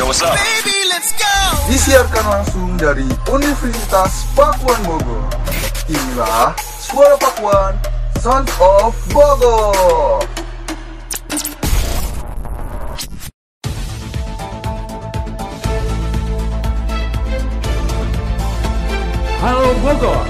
Yo, what's up? Baby, let's go. Disiarkan langsung dari Universitas Pakuan Bogor. Inilah Suara Pakuan, Sound of Bogor. Halo Bogor.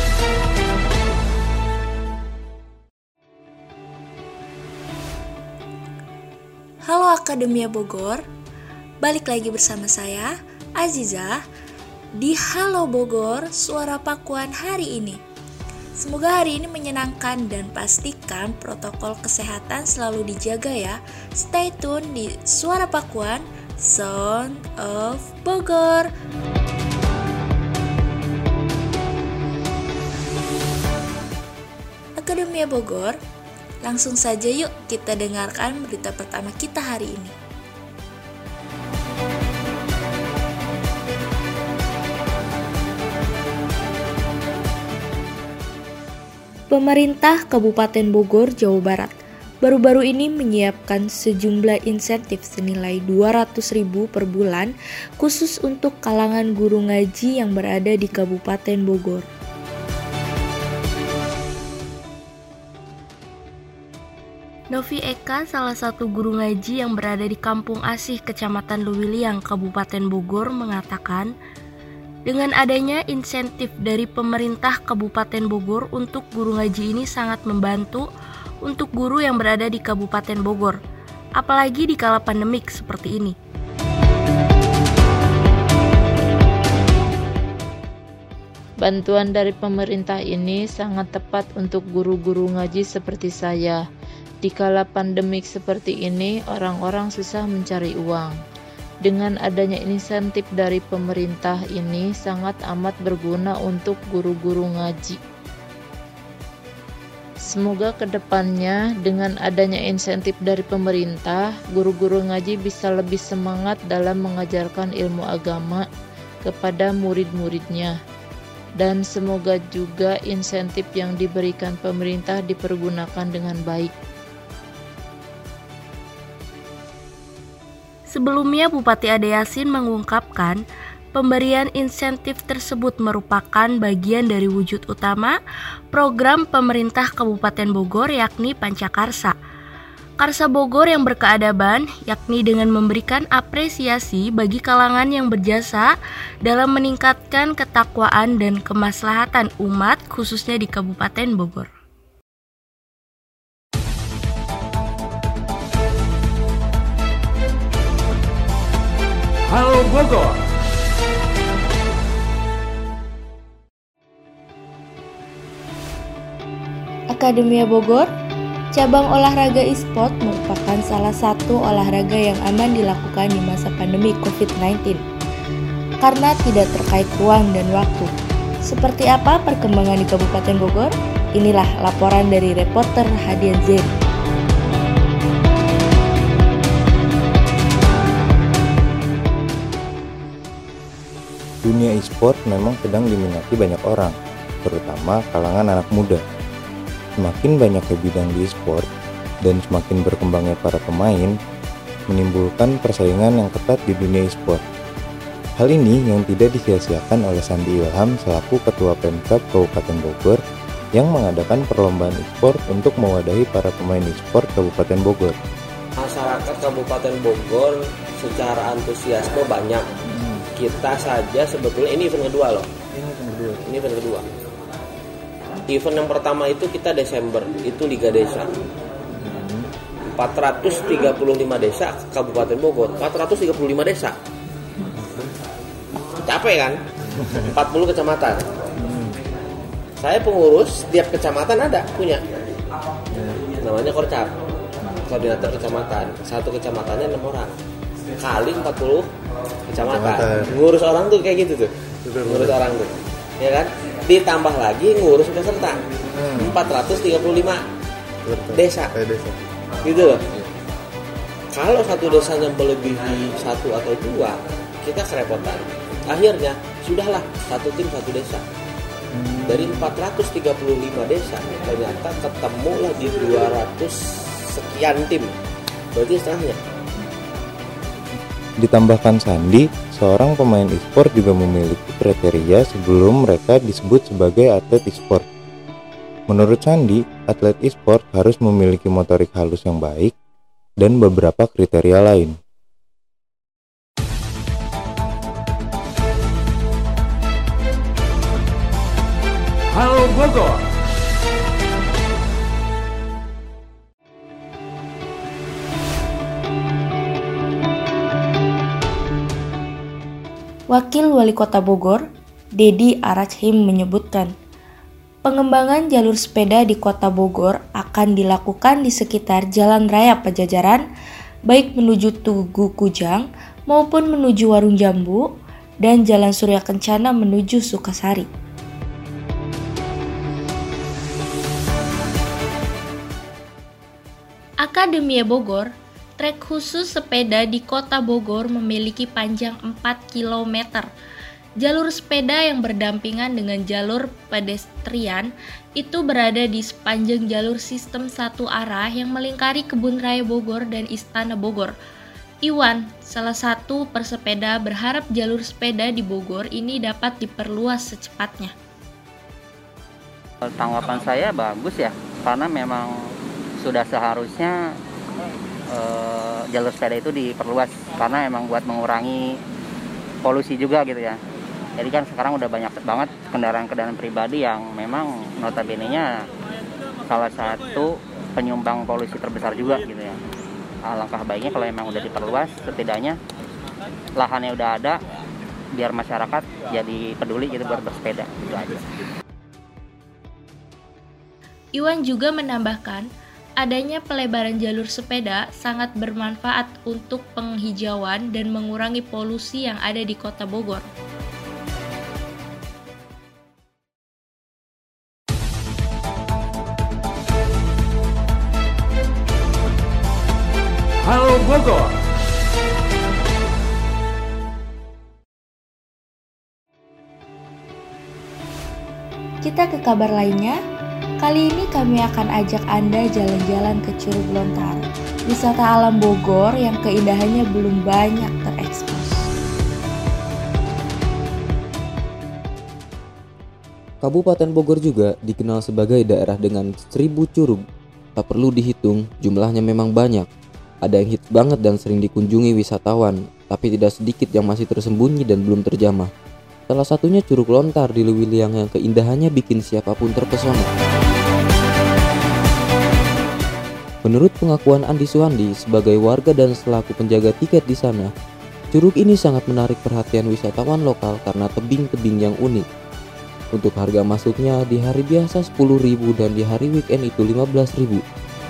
Halo Akademia Bogor, balik lagi bersama saya, Aziza, di Halo Bogor, Suara Pakuan hari ini. Semoga hari ini menyenangkan dan pastikan protokol kesehatan selalu dijaga ya. Stay tune di Suara Pakuan, Sound of Bogor. Akademia Bogor, langsung saja yuk kita dengarkan berita pertama kita hari ini. Pemerintah Kabupaten Bogor, Jawa Barat baru-baru ini menyiapkan sejumlah insentif senilai 200.000 per bulan khusus untuk kalangan guru ngaji yang berada di Kabupaten Bogor. Novi Eka, salah satu guru ngaji yang berada di Kampung Asih, Kecamatan Luwiliang, Kabupaten Bogor, mengatakan, dengan adanya insentif dari pemerintah Kabupaten Bogor untuk guru ngaji ini sangat membantu untuk guru yang berada di Kabupaten Bogor, apalagi di kala pandemik seperti ini. Bantuan dari pemerintah ini sangat tepat untuk guru-guru ngaji seperti saya. Di kala pandemik seperti ini, orang-orang susah mencari uang. Dengan adanya insentif dari pemerintah ini sangat amat berguna untuk guru-guru ngaji. Semoga kedepannya dengan adanya insentif dari pemerintah, guru-guru ngaji bisa lebih semangat dalam mengajarkan ilmu agama kepada murid-muridnya. Dan semoga juga insentif yang diberikan pemerintah dipergunakan dengan baik. Sebelumnya, Bupati Ade Yasin mengungkapkan pemberian insentif tersebut merupakan bagian dari wujud utama program pemerintah Kabupaten Bogor yakni Pancakarsa. Karsa Bogor yang berkeadaban yakni dengan memberikan apresiasi bagi kalangan yang berjasa dalam meningkatkan ketakwaan dan kemaslahatan umat khususnya di Kabupaten Bogor. Halo Bogor. Akademia Bogor, cabang olahraga e-sport merupakan salah satu olahraga yang aman dilakukan di masa pandemi COVID-19 karena tidak terkait ruang dan waktu. Seperti apa perkembangan di Kabupaten Bogor? Inilah laporan dari reporter Hadian Zain. Dunia e-sport memang sedang diminati banyak orang, terutama kalangan anak muda. Semakin banyaknya bidang di e-sport dan semakin berkembangnya para pemain, menimbulkan persaingan yang ketat di dunia e-sport. Hal ini yang tidak disia-siakan oleh Sandi Ilham selaku Ketua Pemkab Kabupaten Bogor yang mengadakan perlombaan e-sport untuk mewadahi para pemain e-sport Kabupaten Bogor. Masyarakat Kabupaten Bogor secara antusiasme banyak. Kita saja sebetulnya ini event kedua loh. Ini event kedua. Event yang pertama itu kita Desember, itu Liga Desa. 435 desa Kabupaten Bogor, 435 desa. Capek kan? 40 kecamatan. Saya pengurus, tiap kecamatan ada punya. Namanya Korcap. Koordinator kecamatan. Satu kecamatannya 6 orang. Kali 40 kecamatan. Ngurus orang tuh kayak gitu tuh. Ngurus orang tuh. Ya kan? Ditambah lagi ngurus peserta. 435 desa. Gitu loh. Kalau satu desanya melebihi 1 atau 2, kita kerepotan. Akhirnya sudahlah satu tim satu desa. Dari 435 desa ternyata ketemulah di 200 sekian tim. Berarti setengahnya. Ditambahkan Sandi, seorang pemain e-sport juga memiliki kriteria sebelum mereka disebut sebagai atlet e-sport. Menurut Sandi, atlet e-sport harus memiliki motorik halus yang baik dan beberapa kriteria lain. Halo Bogor. Wakil Wali Kota Bogor, Dedi Arachim menyebutkan, pengembangan jalur sepeda di Kota Bogor akan dilakukan di sekitar Jalan Raya Pajajaran, baik menuju Tugu Kujang maupun menuju Warung Jambu, dan Jalan Surya Kencana menuju Sukasari. Akademia Bogor, trek khusus sepeda di Kota Bogor memiliki panjang 4 km. Jalur sepeda yang berdampingan dengan jalur pedestrian itu berada di sepanjang jalur sistem satu arah yang melingkari Kebun Raya Bogor dan Istana Bogor. Iwan, salah satu persepeda, berharap jalur sepeda di Bogor ini dapat diperluas secepatnya. Tanggapan saya bagus ya, karena memang sudah seharusnya jalur sepeda itu diperluas, karena emang buat mengurangi polusi juga gitu ya. Jadi kan sekarang udah banyak banget kendaraan-kendaraan pribadi yang memang notabene-nya salah satu penyumbang polusi terbesar juga gitu ya. Alangkah baiknya kalau emang udah diperluas, setidaknya lahannya udah ada, biar masyarakat jadi peduli gitu buat bersepeda gitu aja. Iwan juga menambahkan, adanya pelebaran jalur sepeda sangat bermanfaat untuk penghijauan dan mengurangi polusi yang ada di Kota Bogor. Halo Bogor. Kita ke kabar lainnya. Kali ini kami akan ajak Anda jalan-jalan ke Curug Lontar, wisata alam Bogor yang keindahannya belum banyak terekspos. Kabupaten Bogor juga dikenal sebagai daerah dengan 1000 curug. Tak perlu dihitung, jumlahnya memang banyak. Ada yang hits banget dan sering dikunjungi wisatawan, tapi tidak sedikit yang masih tersembunyi dan belum terjamah. Salah satunya Curug Lontar di Lewiliang yang keindahannya bikin siapapun terpesona. Menurut pengakuan Andi Suhandi sebagai warga dan selaku penjaga tiket di sana, curug ini sangat menarik perhatian wisatawan lokal karena tebing-tebing yang unik. Untuk harga masuknya di hari biasa 10.000 dan di hari weekend itu 15.000.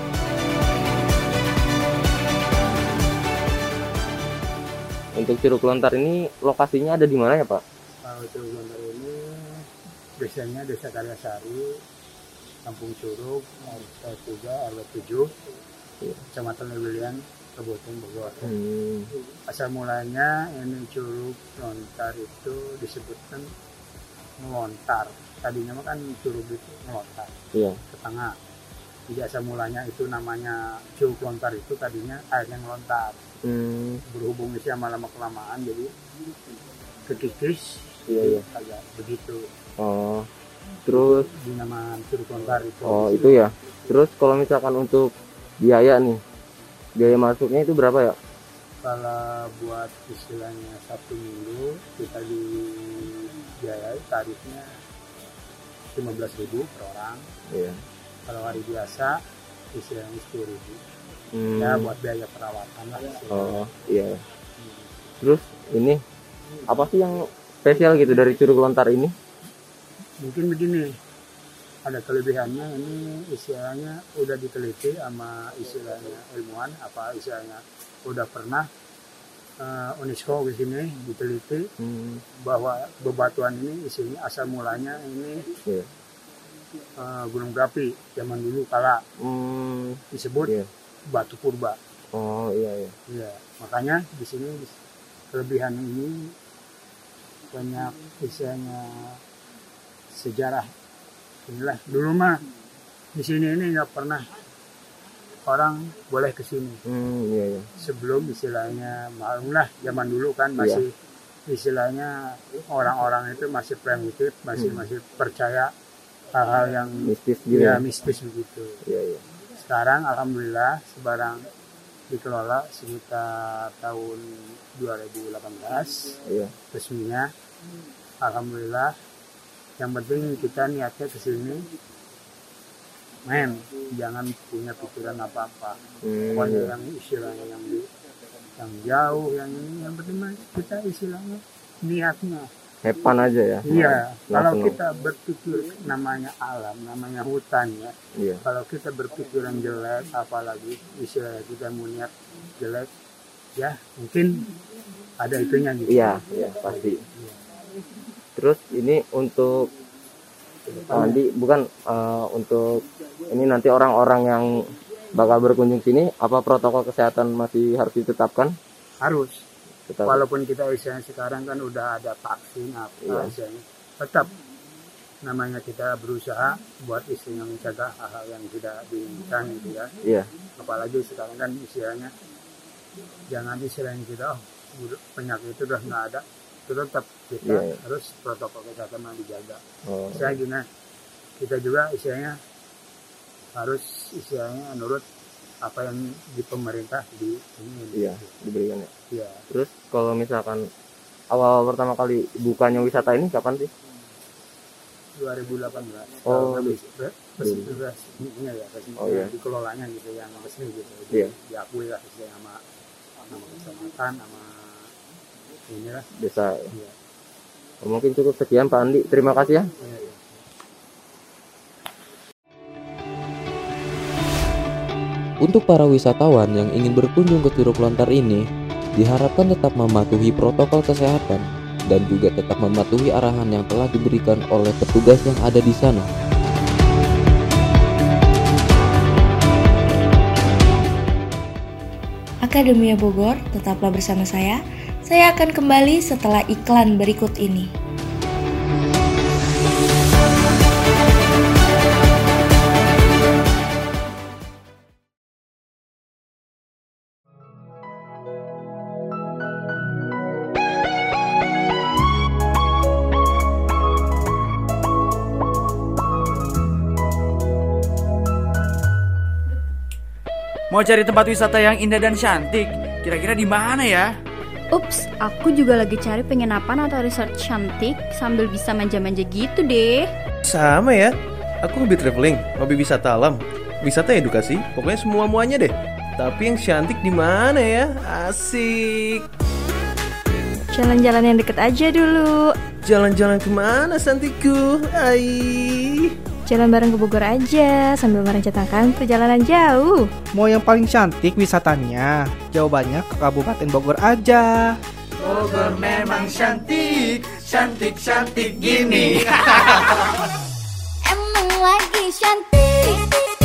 Untuk Curug Lontar ini lokasinya ada di mana ya Pak? Curug Lontar ini desanya Desa Karyasari, Kampung Curug, RT 3, RW 7, Kecamatan Lewiliang, Kabupaten Bogor. Asal mulanya ini Curug Lontar itu disebutkan melontar. Tadinya mah kan curug itu melontar ke tengah. Jadi asal mulanya itu namanya Curug Lontar itu tadinya airnya melontar. Berhubung sama lama kelamaan jadi kekikis. Agak begitu. Oh. Terus dinamakan Curug Lontar itu. Oh, itu ya. Terus kalau misalkan untuk biaya nih, biaya masuknya itu berapa ya? Kalau buat istilahnya 1 minggu kita dibiayai tarifnya 15.000 per orang. Iya. Kalau hari biasa istilahnya 10.000. Ya buat biaya perawatan lah. Oh iya. Terus ini apa sih yang spesial gitu dari Curug Lontar ini? Mungkin begini, ada kelebihannya ini istilahnya udah diteliti sama istilahnya ilmuwan, apa istilahnya udah pernah UNESCO di sini diteliti bahwa bebatuan ini istilahnya asal mulanya ini gunung berapi zaman dulu kala disebut batu purba. Oh iya. Iya, makanya di sini kelebihan ini banyak istilahnya sejarah. Inilah dulu mah di sini ini nggak pernah orang boleh ke sini. Iya. Sebelum istilahnya maklumlah zaman dulu kan masih istilahnya orang-orang itu masih primitif, masih percaya hal-hal yang mistis gitu mistis begitu. Iya. Sekarang alhamdulillah sebarang dikelola sekitar tahun 2018 resminya. Alhamdulillah. Yang penting kita niatnya ke sini, jangan punya pikiran apa-apa. Pokoknya yang istilahnya yang jauh, yang ini, yang penting kita istilahnya niatnya. Hepan aja ya. Iya. Kalau kita berpikir namanya alam, namanya hutan ya. Iya. Kalau kita berpikiran jelek, apalagi istilahnya kita mau niat jelek, ya mungkin ada itunya gitu. Iya pasti. Iya. Terus ini untuk untuk ini nanti orang-orang yang bakal berkunjung sini, apa protokol kesehatan masih harus ditetapkan? Harus. Walaupun kita istilahnya sekarang kan udah ada vaksin istilahnya, tetap namanya kita berusaha buat istilahnya mencegah hal-hal yang tidak diinginkan gitu ya. Iya. Apalagi sekarang kan istilahnya jangan istilahnya kita penyakit itu udah nggak ada, itu tetap kita harus protokol kesehatan dijaga. Saya gini, kita juga istilahnya harus istilahnya menurut apa yang di pemerintah diberikan ya. Iya. Terus kalau misalkan awal pertama kali bukanya wisata ini kapan sih? 2018. Resminya ya, dikelolanya gitu yang resmi gitu. Diakui lah sama kecamatan sama inilah desa. Iya. Mungkin cukup sekian Pak Andi. Terima kasih ya. Untuk para wisatawan yang ingin berkunjung ke Curug Lontar ini, diharapkan tetap mematuhi protokol kesehatan dan juga tetap mematuhi arahan yang telah diberikan oleh petugas yang ada di sana. Akademia Bogor, tetaplah bersama saya. Saya akan kembali setelah iklan berikut ini. Mau cari tempat wisata yang indah dan cantik, kira-kira di mana ya? Ups, aku juga lagi cari penginapan atau resort cantik sambil bisa manja-manja gitu deh. Sama ya, aku hobi traveling, hobi wisata alam, wisata edukasi, pokoknya semua-muanya deh. Tapi yang cantik di mana ya? Asik. Jalan-jalan yang deket aja dulu. Jalan-jalan kemana Santiku? Jalan bareng ke Bogor aja sambil merencanakan perjalanan jauh. Mau yang paling cantik wisatanya? Jawabannya ke Kabupaten Bogor aja. Bogor memang cantik, cantik-cantik gini. Emang lagi cantik.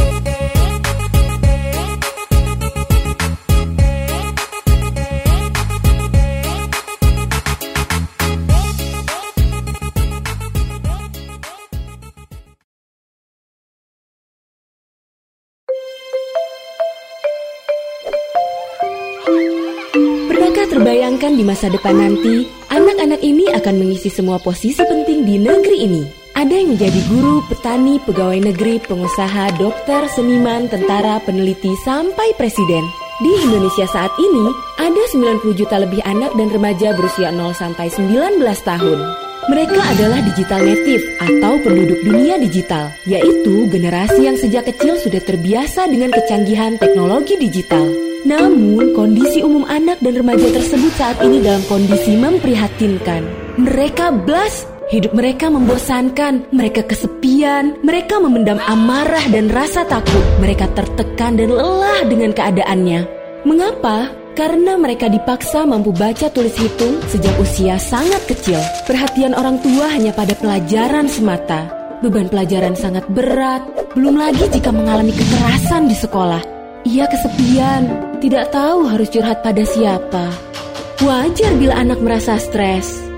Terbayangkan di masa depan nanti, anak-anak ini akan mengisi semua posisi penting di negeri ini. Ada yang menjadi guru, petani, pegawai negeri, pengusaha, dokter, seniman, tentara, peneliti, sampai presiden. Di Indonesia saat ini, ada 90 juta lebih anak dan remaja berusia 0 sampai 19 tahun. Mereka adalah digital native atau penduduk dunia digital, yaitu generasi yang sejak kecil sudah terbiasa dengan kecanggihan teknologi digital. Namun, kondisi umum anak dan remaja tersebut saat ini dalam kondisi memprihatinkan. Mereka blas, hidup mereka membosankan, mereka kesepian, mereka memendam amarah dan rasa takut, mereka tertekan dan lelah dengan keadaannya. Mengapa? Karena mereka dipaksa mampu baca tulis hitung sejak usia sangat kecil. Perhatian orang tua hanya pada pelajaran semata. Beban pelajaran sangat berat, belum lagi jika mengalami kekerasan di sekolah. Ia kesepian, tidak tahu harus curhat pada siapa. Wajar bila anak merasa stres.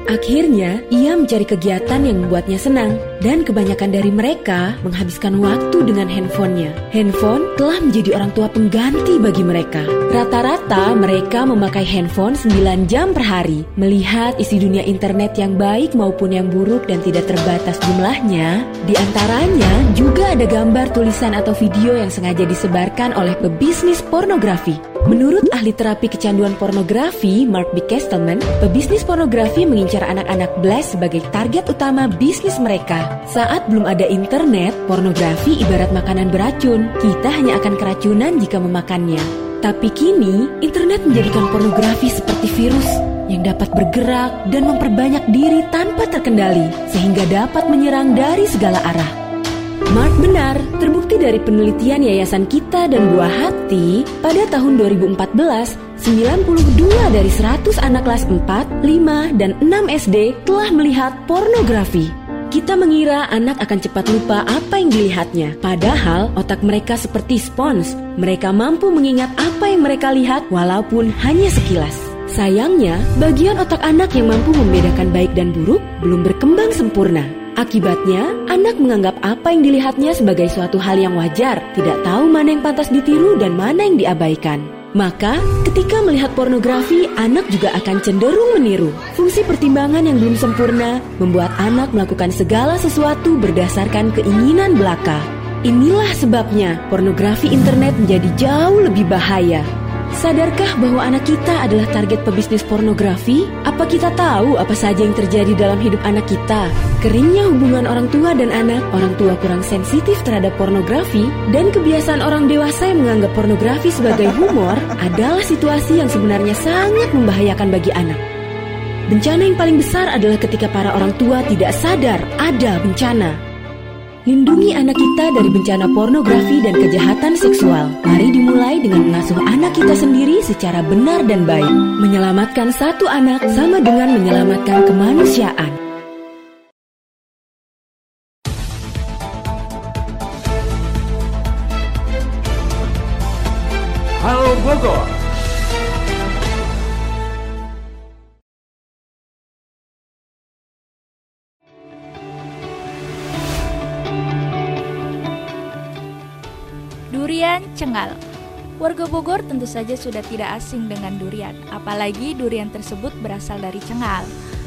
Akhirnya, ia mencari kegiatan yang membuatnya senang, dan kebanyakan dari mereka menghabiskan waktu dengan handphonenya. Handphone telah menjadi orang tua pengganti bagi mereka. Rata-rata mereka memakai handphone 9 jam per hari, melihat isi dunia internet yang baik maupun yang buruk dan tidak terbatas jumlahnya. Di antaranya juga ada gambar, tulisan atau video yang sengaja disebarkan oleh pebisnis pornografi. Menurut ahli terapi kecanduan pornografi, Mark B. Kestelman, pebisnis pornografi mengincar anak-anak blessed sebagai target utama bisnis mereka. Saat belum ada internet, pornografi ibarat makanan beracun. Kita hanya akan keracunan jika memakannya. Tapi kini, internet menjadikan pornografi seperti virus yang dapat bergerak dan memperbanyak diri tanpa terkendali, sehingga dapat menyerang dari segala arah. Mark benar, terbukti dari penelitian Yayasan Kita dan Buah Hati, pada tahun 2014, 92 dari 100 anak kelas 4, 5, dan 6 SD telah melihat pornografi. Kita mengira anak akan cepat lupa apa yang dilihatnya, padahal otak mereka seperti spons. Mereka mampu mengingat apa yang mereka lihat walaupun hanya sekilas. Sayangnya, bagian otak anak yang mampu membedakan baik dan buruk belum berkembang sempurna. Akibatnya, anak menganggap apa yang dilihatnya sebagai suatu hal yang wajar, tidak tahu mana yang pantas ditiru dan mana yang diabaikan. Maka, ketika melihat pornografi, anak juga akan cenderung meniru. Fungsi pertimbangan yang belum sempurna membuat anak melakukan segala sesuatu berdasarkan keinginan belaka. Inilah sebabnya pornografi internet menjadi jauh lebih bahaya. Sadarkah bahwa anak kita adalah target pebisnis pornografi? Apa kita tahu apa saja yang terjadi dalam hidup anak kita? Keringnya hubungan orang tua dan anak, orang tua kurang sensitif terhadap pornografi, dan kebiasaan orang dewasa yang menganggap pornografi sebagai humor adalah situasi yang sebenarnya sangat membahayakan bagi anak. Bencana yang paling besar adalah ketika para orang tua tidak sadar ada bencana. Lindungi anak kita dari bencana pornografi dan kejahatan seksual. Mari dimulai dengan mengasuh anak kita sendiri secara benar dan baik. Menyelamatkan satu anak sama dengan menyelamatkan kemanusiaan. Halo Bogor. Durian cengal. Warga Bogor tentu saja sudah tidak asing dengan durian, apalagi durian tersebut berasal dari cengal.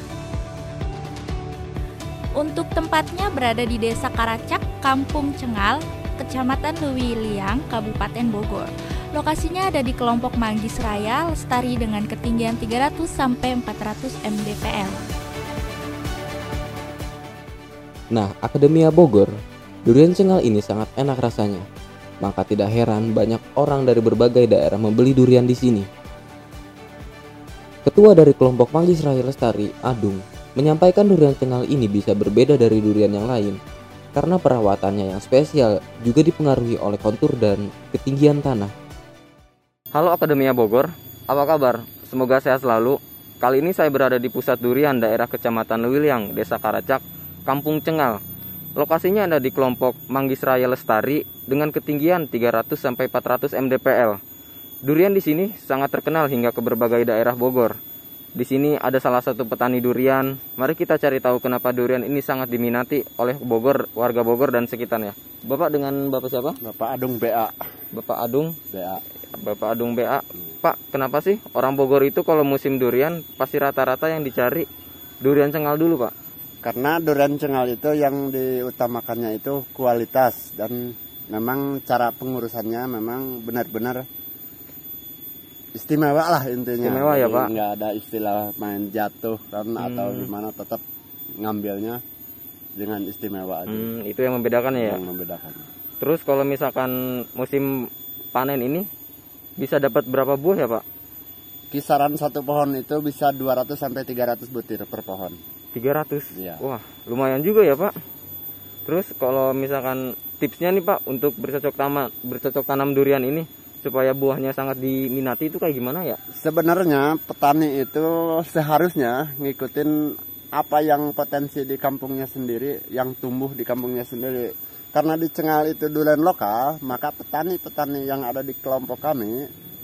Untuk tempatnya berada di Desa Karacak, Kampung Cengal, Kecamatan Lewiliang, Kabupaten Bogor. Lokasinya ada di kelompok Manggis Raya Lestari dengan ketinggian 300 sampai 400 mdpl. Nah, Akademia Bogor, durian cengal ini sangat enak rasanya. Maka tidak heran banyak orang dari berbagai daerah membeli durian di sini. Ketua dari kelompok Manggis Raya Lestari, Adung, menyampaikan durian cengal ini bisa berbeda dari durian yang lain karena perawatannya yang spesial juga dipengaruhi oleh kontur dan ketinggian tanah. Halo Akademia Bogor, apa kabar? Semoga sehat selalu. Kali ini saya berada di pusat durian daerah Kecamatan Lewiliang, Desa Karacak, Kampung Cengal. Lokasinya ada di kelompok Manggis Raya Lestari dengan ketinggian 300 sampai 400 mdpl. Durian di sini sangat terkenal hingga ke berbagai daerah Bogor. Di sini ada salah satu petani durian. Mari kita cari tahu kenapa durian ini sangat diminati oleh Bogor, warga Bogor dan sekitarnya. Bapak dengan Bapak siapa? Bapak Adung BA. Bapak Adung BA. Bapak Adung BA. Pak, kenapa sih orang Bogor itu kalau musim durian pasti rata-rata yang dicari durian cengal dulu, Pak? Karena durian cengal itu yang diutamakannya itu kualitas dan memang cara pengurusannya memang benar-benar istimewa lah intinya. Istimewa ya, Pak. Nggak ada istilah main jatuh kan atau gimana, tetap ngambilnya dengan istimewa aja. Itu yang membedakan ya. Yang membedakan. Terus kalau misalkan musim panen ini bisa dapat berapa buah ya, Pak? Kisaran satu pohon itu bisa 200 sampai 300 butir per pohon. 300? Iya. Wah, lumayan juga ya, Pak. Terus kalau misalkan tipsnya nih, Pak, untuk bercocok tanam durian ini supaya buahnya sangat diminati itu kayak gimana ya? Sebenarnya petani itu seharusnya ngikutin apa yang potensi di kampungnya sendiri, yang tumbuh di kampungnya sendiri. Karena di Cengal itu durian lokal, maka petani-petani yang ada di kelompok kami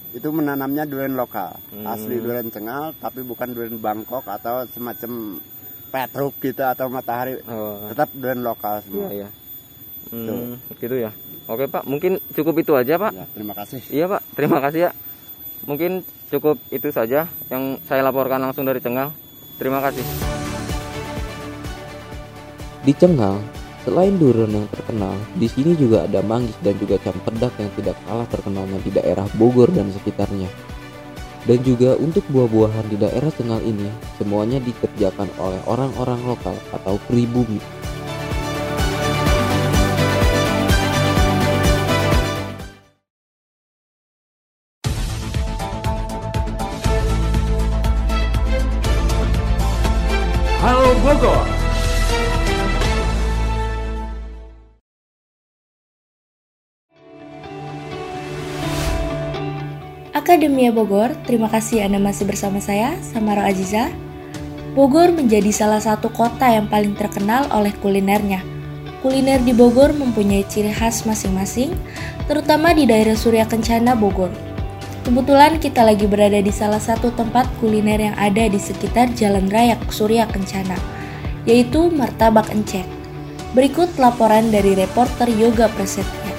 itu menanamnya durian lokal, asli durian Cengal, tapi bukan durian Bangkok atau semacam Petruk gitu atau Matahari, tetap durian lokal semua. Iya. Gitu ya. Oke Pak, mungkin cukup itu aja Pak. Ya, terima kasih. Iya Pak, terima kasih ya. Mungkin cukup itu saja yang saya laporkan langsung dari Cengal. Terima kasih. Di Cengal, selain durian yang terkenal, di sini juga ada manggis dan juga cempedak yang tidak kalah terkenalnya di daerah Bogor dan sekitarnya. Dan juga untuk buah-buahan di daerah Cengal ini, semuanya dikerjakan oleh orang-orang lokal atau pribumi. Halo Bogor. Akademia Bogor, terima kasih Anda masih bersama saya, Samara Aziza. Bogor menjadi salah satu kota yang paling terkenal oleh kulinernya. Kuliner di Bogor mempunyai ciri khas masing-masing, terutama di daerah Surya Kencana, Bogor. Kebetulan kita lagi berada di salah satu tempat kuliner yang ada di sekitar Jalan Raya Surya Kencana, yaitu Martabak Encek. Berikut laporan dari reporter Yoga Prasetya.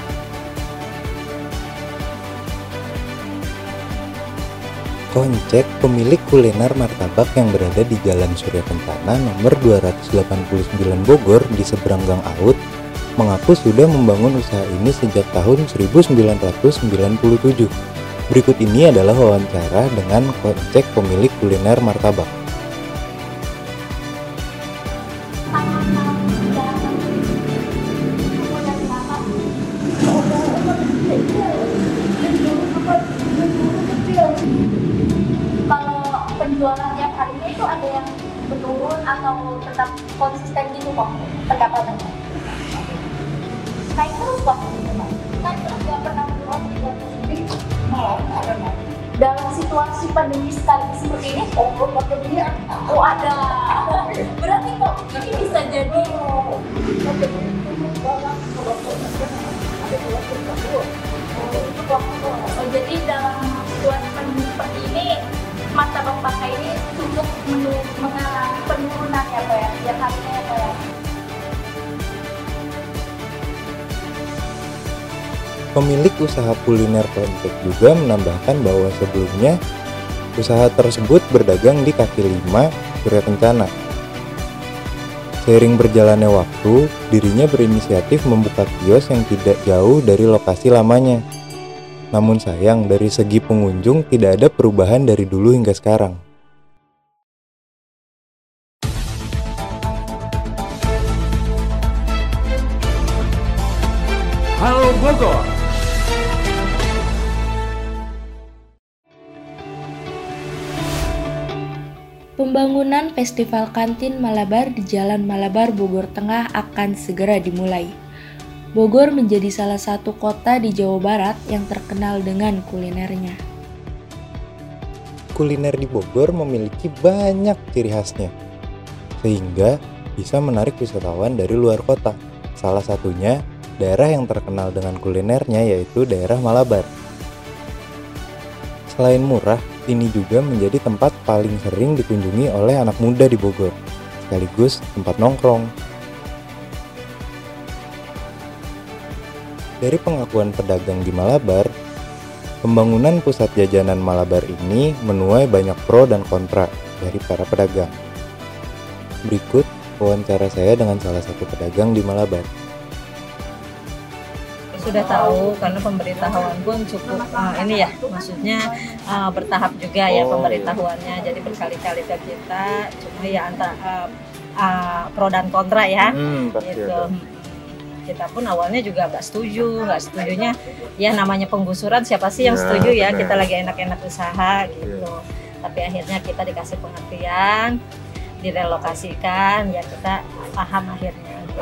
Encek, pemilik kuliner martabak yang berada di Jalan Surya Kencana nomor 289 Bogor di seberang Gang Aut, mengaku sudah membangun usaha ini sejak tahun 1997. Berikut ini adalah wawancara dengan Encek, pemilik kuliner martabak. Kalau penjualan tiap harinya itu ada yang menurun atau tetap konsisten gitu kok pendapatannya? Naik terus kok, naik terus, nggak pernah menurun, tidak positif. Dalam situasi pandemi seperti ini, ada. Berarti kok ini bisa jadi jadi dalam situasi pandemi seperti ini, martabak pakai ini untuk mengalami penurunan ya Pak ya, tiap harinya ya Pak ya. Pemilik usaha kuliner Encek juga menambahkan bahwa sebelumnya usaha tersebut berdagang di kaki 5 Surya Kencana. Seiring berjalannya waktu, dirinya berinisiatif membuka kios yang tidak jauh dari lokasi lamanya. Namun sayang, dari segi pengunjung tidak ada perubahan dari dulu hingga sekarang. Halo Bogor. Pembangunan Festival Kantin Malabar di Jalan Malabar Bogor Tengah akan segera dimulai. Bogor menjadi salah satu kota di Jawa Barat yang terkenal dengan kulinernya. Kuliner di Bogor memiliki banyak ciri khasnya, sehingga bisa menarik wisatawan dari luar kota. Salah satunya, daerah yang terkenal dengan kulinernya yaitu daerah Malabar. Selain murah, ini juga menjadi tempat paling sering dikunjungi oleh anak muda di Bogor, sekaligus tempat nongkrong. Dari pengakuan pedagang di Malabar, pembangunan pusat jajanan Malabar ini menuai banyak pro dan kontra dari para pedagang. Berikut wawancara saya dengan salah satu pedagang di Malabar. Sudah tahu karena pemberitahuan pun cukup ini ya, maksudnya bertahap juga ya pemberitahuannya, jadi berkali-kali ke kita, cuma ya antara pro dan kontra ya, gitu. Kita pun awalnya juga nggak setujunya ya, namanya penggusuran siapa sih yang setuju ya, kita lagi enak-enak usaha gitu, tapi akhirnya kita dikasih pengertian, direlokasikan, ya kita paham akhirnya gitu.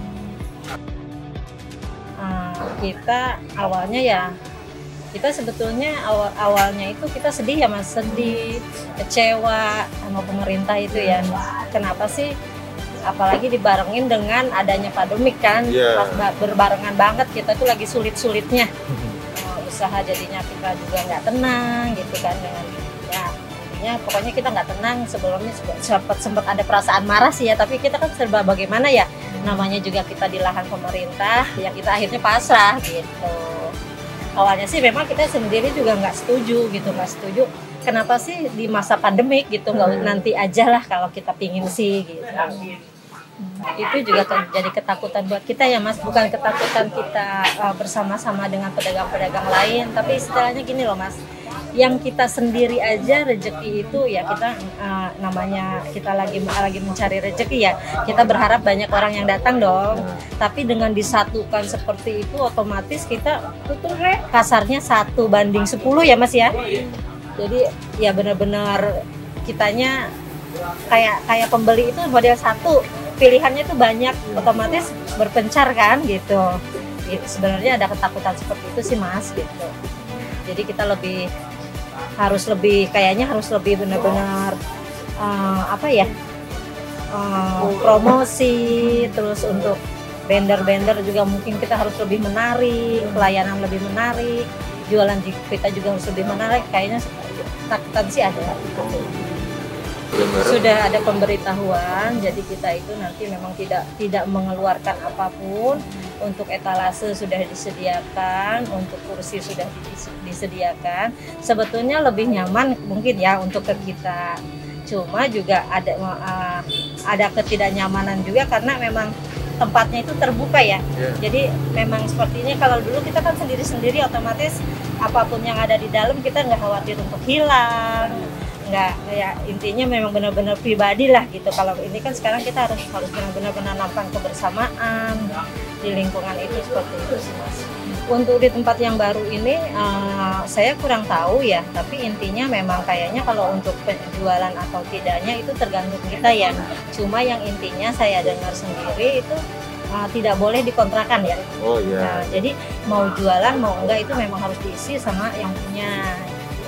Kita awalnya ya, kita sebetulnya awalnya itu kita sedih ya Mas, sedih, kecewa sama pemerintah itu ya. Kenapa sih, apalagi dibarengin dengan adanya pandemik kan, pas berbarengan banget, kita tuh lagi sulit-sulitnya usaha jadinya kita juga nggak tenang gitu kan, dengan ya intinya pokoknya kita nggak tenang. Sebelumnya sempat ada perasaan marah sih ya, tapi kita kan serba bagaimana ya, namanya juga kita di lahan pemerintah ya, kita akhirnya pasrah gitu. Awalnya sih memang kita sendiri juga nggak setuju kenapa sih di masa pandemik gitu, nggak nanti aja lah kalau kita pingin sih gitu. Itu juga jadi ketakutan buat kita ya Mas, bukan ketakutan kita bersama-sama dengan pedagang-pedagang lain, tapi istilahnya gini loh Mas, yang kita sendiri aja rezeki itu ya kita namanya kita lagi mencari rezeki ya, kita berharap banyak orang yang datang dong, tapi dengan disatukan seperti itu otomatis kita kasarnya 1 banding 10 ya Mas ya. Jadi ya benar-benar kitanya kayak pembeli itu model 1, pilihannya tuh banyak, otomatis berpencar kan gitu. Sebenarnya ada ketakutan seperti itu sih Mas gitu. Jadi kita harus lebih benar-benar promosi, terus untuk vendor juga mungkin kita harus lebih menarik, pelayanan lebih menarik, jualan kita juga harus lebih menarik. Kayaknya ketakutan sih ada. Sudah ada pemberitahuan, jadi kita itu nanti memang tidak mengeluarkan apapun. Untuk etalase sudah disediakan, untuk kursi sudah disediakan. Sebetulnya lebih nyaman mungkin ya untuk ke kita. Cuma juga ada ketidaknyamanan juga karena memang tempatnya itu terbuka ya. Jadi memang sepertinya kalau dulu kita kan sendiri-sendiri, otomatis apapun yang ada di dalam kita nggak khawatir untuk hilang. Nggak, ya intinya memang benar-benar pribadi lah gitu. Kalau ini kan sekarang kita harus benar-benar menanamkan kebersamaan di lingkungan itu, seperti itu sih Mas. Untuk di tempat yang baru ini saya kurang tahu ya, tapi intinya memang kayaknya kalau untuk penjualan atau tidaknya itu tergantung kita ya. Cuma yang intinya saya dengar sendiri itu tidak boleh dikontrakan ya. Oh iya. Nah, jadi mau jualan mau enggak itu memang harus diisi sama yang punya gitu.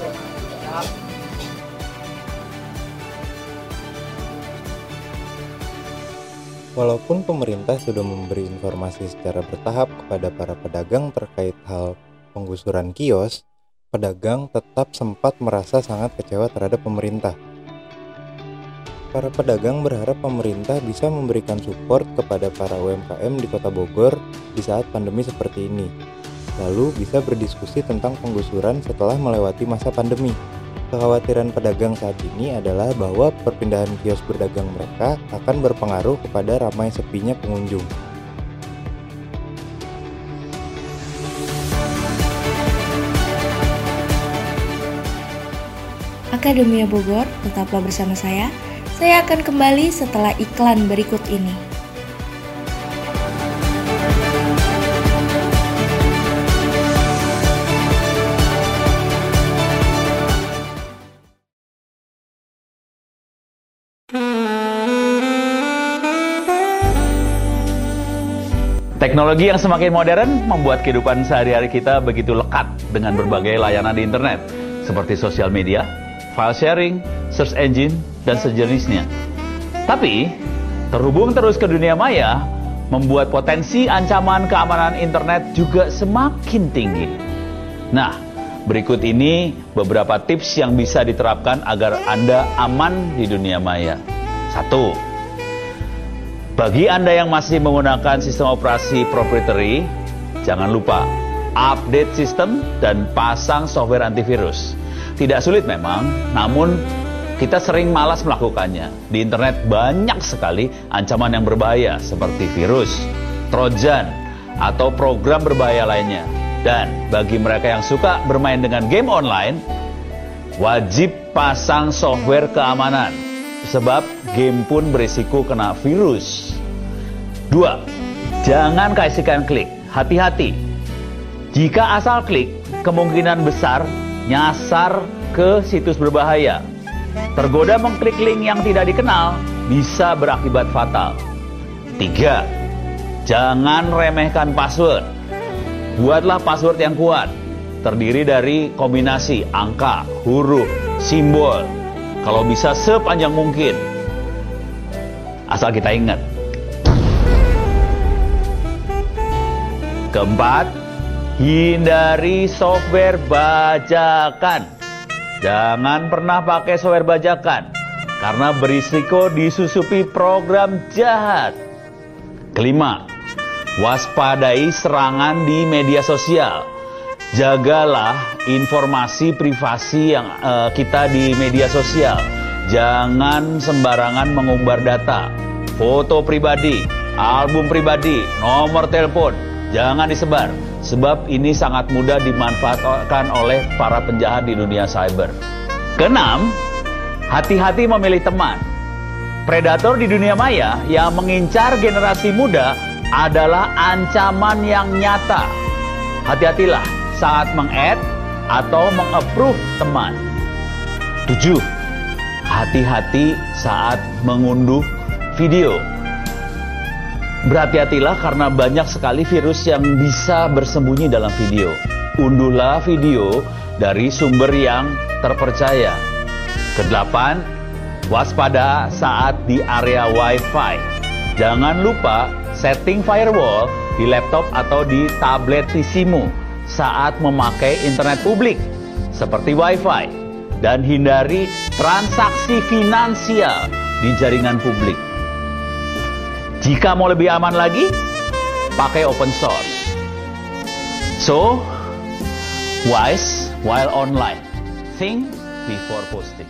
Walaupun pemerintah sudah memberi informasi secara bertahap kepada para pedagang terkait hal penggusuran kios, pedagang tetap sempat merasa sangat kecewa terhadap pemerintah. Para pedagang berharap pemerintah bisa memberikan support kepada para UMKM di Kota Bogor di saat pandemi seperti ini, lalu bisa berdiskusi tentang penggusuran setelah melewati masa pandemi. Kekhawatiran pedagang saat ini adalah bahwa perpindahan kios berdagang mereka akan berpengaruh kepada ramai sepinya pengunjung. Akademia Bogor, tetaplah bersama saya. Saya akan kembali setelah iklan berikut ini. Teknologi yang semakin modern membuat kehidupan sehari-hari kita begitu lekat dengan berbagai layanan di internet, seperti sosial media, file sharing, search engine, dan sejenisnya. Tapi, terhubung terus ke dunia maya membuat potensi ancaman keamanan internet juga semakin tinggi. Nah, berikut ini beberapa tips yang bisa diterapkan agar Anda aman di dunia maya. 1. Bagi Anda yang masih menggunakan sistem operasi proprietary, jangan lupa update sistem dan pasang software antivirus. Tidak sulit memang, namun kita sering malas melakukannya. Di internet banyak sekali ancaman yang berbahaya seperti virus, trojan, atau program berbahaya lainnya. Dan bagi mereka yang suka bermain dengan game online, wajib pasang software keamanan. Sebab game pun berisiko kena virus. 2. Jangan kasihkan klik. Hati-hati. Jika asal klik, kemungkinan besar nyasar ke situs berbahaya. Tergoda mengklik link yang tidak dikenal bisa berakibat fatal. 3. Jangan remehkan password. Buatlah password yang kuat. Terdiri dari kombinasi angka, huruf, simbol. Kalau bisa sepanjang mungkin. Asal kita ingat. 4. hindari software bajakan. Jangan pernah pakai software bajakan karena berisiko disusupi program jahat. Kelima, waspadai serangan di media sosial. Jagalah informasi privasi yang kita di media sosial. Jangan sembarangan mengumbar data, foto pribadi, album pribadi, nomor telepon. Jangan disebar, sebab ini sangat mudah dimanfaatkan oleh para penjahat di dunia cyber. Keenam, hati-hati memilih teman. Predator di dunia maya yang mengincar generasi muda adalah ancaman yang nyata. Hati-hatilah saat meng-add atau meng-approve teman. 7. Hati-hati saat mengunduh video. Berhati-hatilah karena banyak sekali virus yang bisa bersembunyi dalam video. Unduhlah video dari sumber yang terpercaya. Kedelapan, waspada saat di area Wi-Fi. Jangan lupa setting firewall di laptop atau di tablet PC-mu saat memakai internet publik seperti Wi-Fi, dan hindari transaksi finansial di jaringan publik. Jika mau lebih aman lagi, pakai open source. So, wise while online. Think before posting.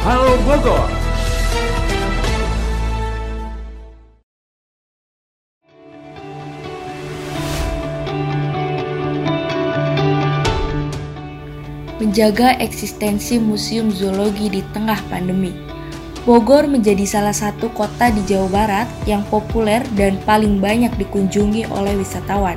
Halo Bogor. Menjaga eksistensi Museum Zoologi di tengah pandemi. Bogor menjadi salah satu kota di Jawa Barat yang populer dan paling banyak dikunjungi oleh wisatawan.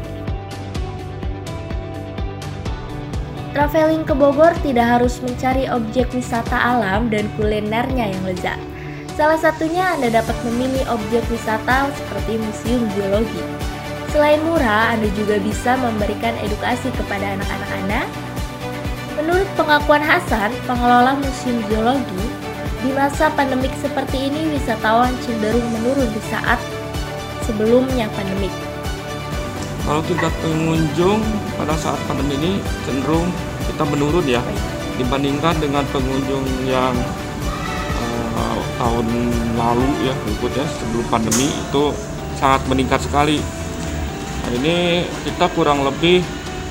Traveling ke Bogor tidak harus mencari objek wisata alam dan kulinernya yang lezat. Salah satunya Anda dapat memilih objek wisata seperti Museum Zoologi. Selain murah, Anda juga bisa memberikan edukasi kepada anak-anak Anda. Menurut pengakuan Hasan, pengelola Museum Zoologi, di masa pandemik seperti ini wisatawan cenderung menurun di saat sebelumnya pandemik. Kalau tingkat pengunjung pada saat pandemi ini cenderung kita menurun ya, dibandingkan dengan pengunjung yang tahun lalu ya, berikutnya sebelum pandemi itu sangat meningkat sekali. Nah, ini kita kurang lebih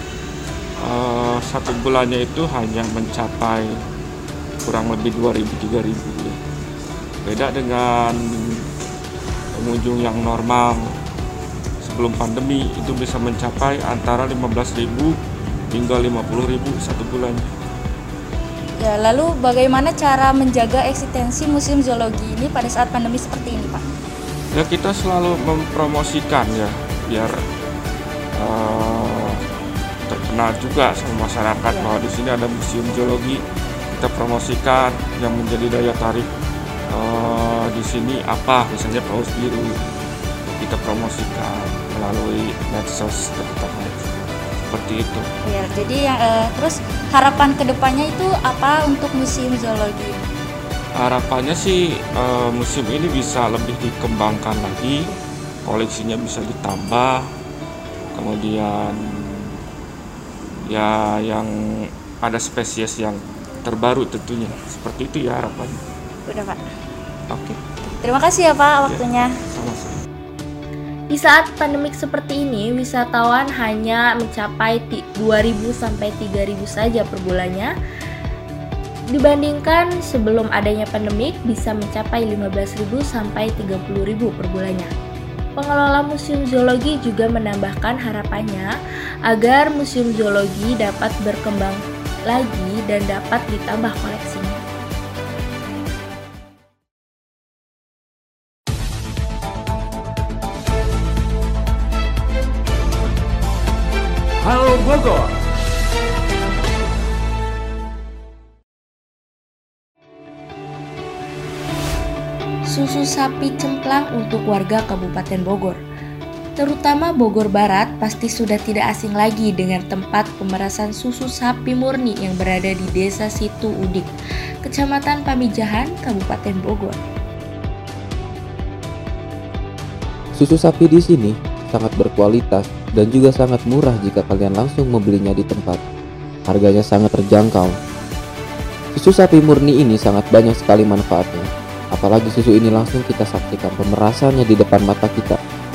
satu bulannya itu hanya mencapai kurang lebih 2.000-3.000 ya. Beda dengan pengunjung yang normal sebelum pandemi itu bisa mencapai antara 15.000 hingga 50.000 satu bulan. Ya, lalu bagaimana cara menjaga eksistensi Museum Zoologi ini pada saat pandemi seperti ini, Pak? Ya, kita selalu mempromosikan ya, biar terkenal juga sama masyarakat bahwa di sini ada Museum Zoologi. Kita promosikan yang menjadi daya tarik di sini apa, misalnya paus biru, kita promosikan melalui medsos terutama seperti itu. Ya, jadi terus harapan kedepannya itu apa untuk Museum Zoologi? Harapannya sih museum ini bisa lebih dikembangkan lagi, koleksinya bisa ditambah, kemudian ya yang ada spesies yang terbaru tentunya, seperti itu ya harapannya. Udah, Pak. Oke. Terima kasih ya Pak waktunya. Sama-sama. Di saat pandemik seperti ini, wisatawan hanya mencapai 2.000 sampai 3.000 saja per bulannya. Dibandingkan sebelum adanya pandemik bisa mencapai 15.000 sampai 30.000 per bulannya. Pengelola Museum Zoologi juga menambahkan harapannya agar Museum Zoologi dapat berkembang lagi dan dapat ditambah koleksinya. Halo Bogor. Susu sapi cemplang untuk warga Kabupaten Bogor. Terutama Bogor Barat pasti sudah tidak asing lagi dengan tempat pemerasan susu sapi murni yang berada di Desa Situ Udik, Kecamatan Pamijahan, Kabupaten Bogor. Susu sapi di sini sangat berkualitas dan juga sangat murah jika kalian langsung membelinya di tempat. Harganya sangat terjangkau. Susu sapi murni ini sangat banyak sekali manfaatnya. Apalagi susu ini langsung kita saksikan pemerasannya di depan mata kita.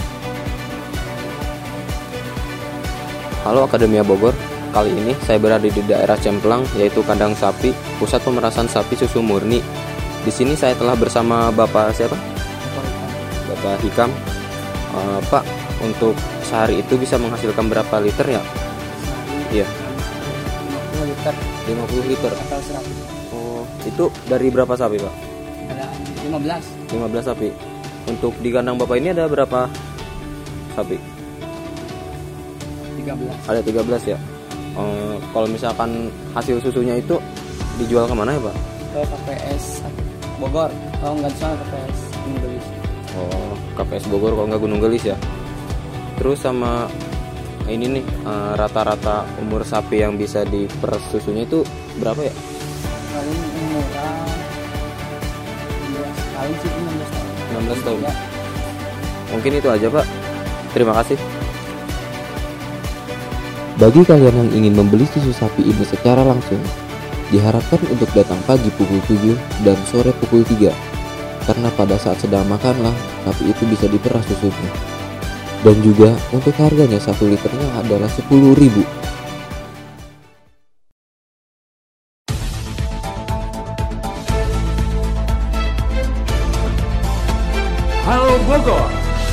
Halo Akademia Bogor, kali ini saya berada di daerah Cemplang, yaitu kandang sapi, pusat pemerasan sapi susu murni. Di sini saya telah bersama Bapak siapa? Bapak Hikam. Pak, untuk sehari itu bisa menghasilkan berapa liter ya? Iya. 50 liter. 50 liter. Atau 100. Oh, itu dari berapa sapi, Pak? Ada 15. 15 sapi. Untuk di kandang Bapak ini ada berapa sapi? 13. Ada 13 ya. Kalau misalkan hasil susunya itu dijual kemana ya Pak? Ke KPS Bogor. Kalau nggak salah KPS Gunung Gelis. Oh, KPS Bogor kalau nggak Gunung Gelis ya. Terus sama ini nih rata-rata umur sapi yang bisa diperas susunya itu berapa ya? Paling umuran 16 tahun sih, 16 tahun. 16 tahun. Ya. Mungkin itu aja Pak. Terima kasih. Bagi kalian yang ingin membeli susu sapi ini secara langsung, diharapkan untuk datang pagi pukul 7 dan sore pukul 3, karena pada saat sedang makanlah sapi itu bisa diperas susunya. Dan juga untuk harganya 1 liternya adalah 10.000. Halo Bogor.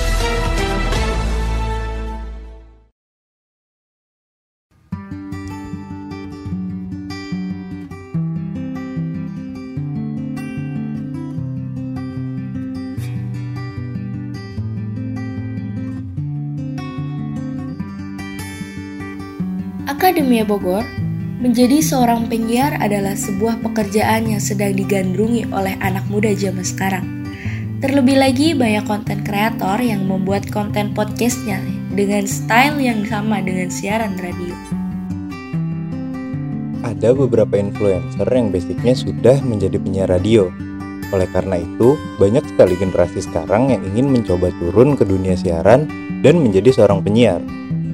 Akademia Bogor, menjadi seorang penyiar adalah sebuah pekerjaan yang sedang digandrungi oleh anak muda zaman sekarang. Terlebih lagi banyak konten kreator yang membuat konten podcastnya dengan style yang sama dengan siaran radio. Ada beberapa influencer yang basicnya sudah menjadi penyiar radio. Oleh karena itu, banyak sekali generasi sekarang yang ingin mencoba turun ke dunia siaran dan menjadi seorang penyiar.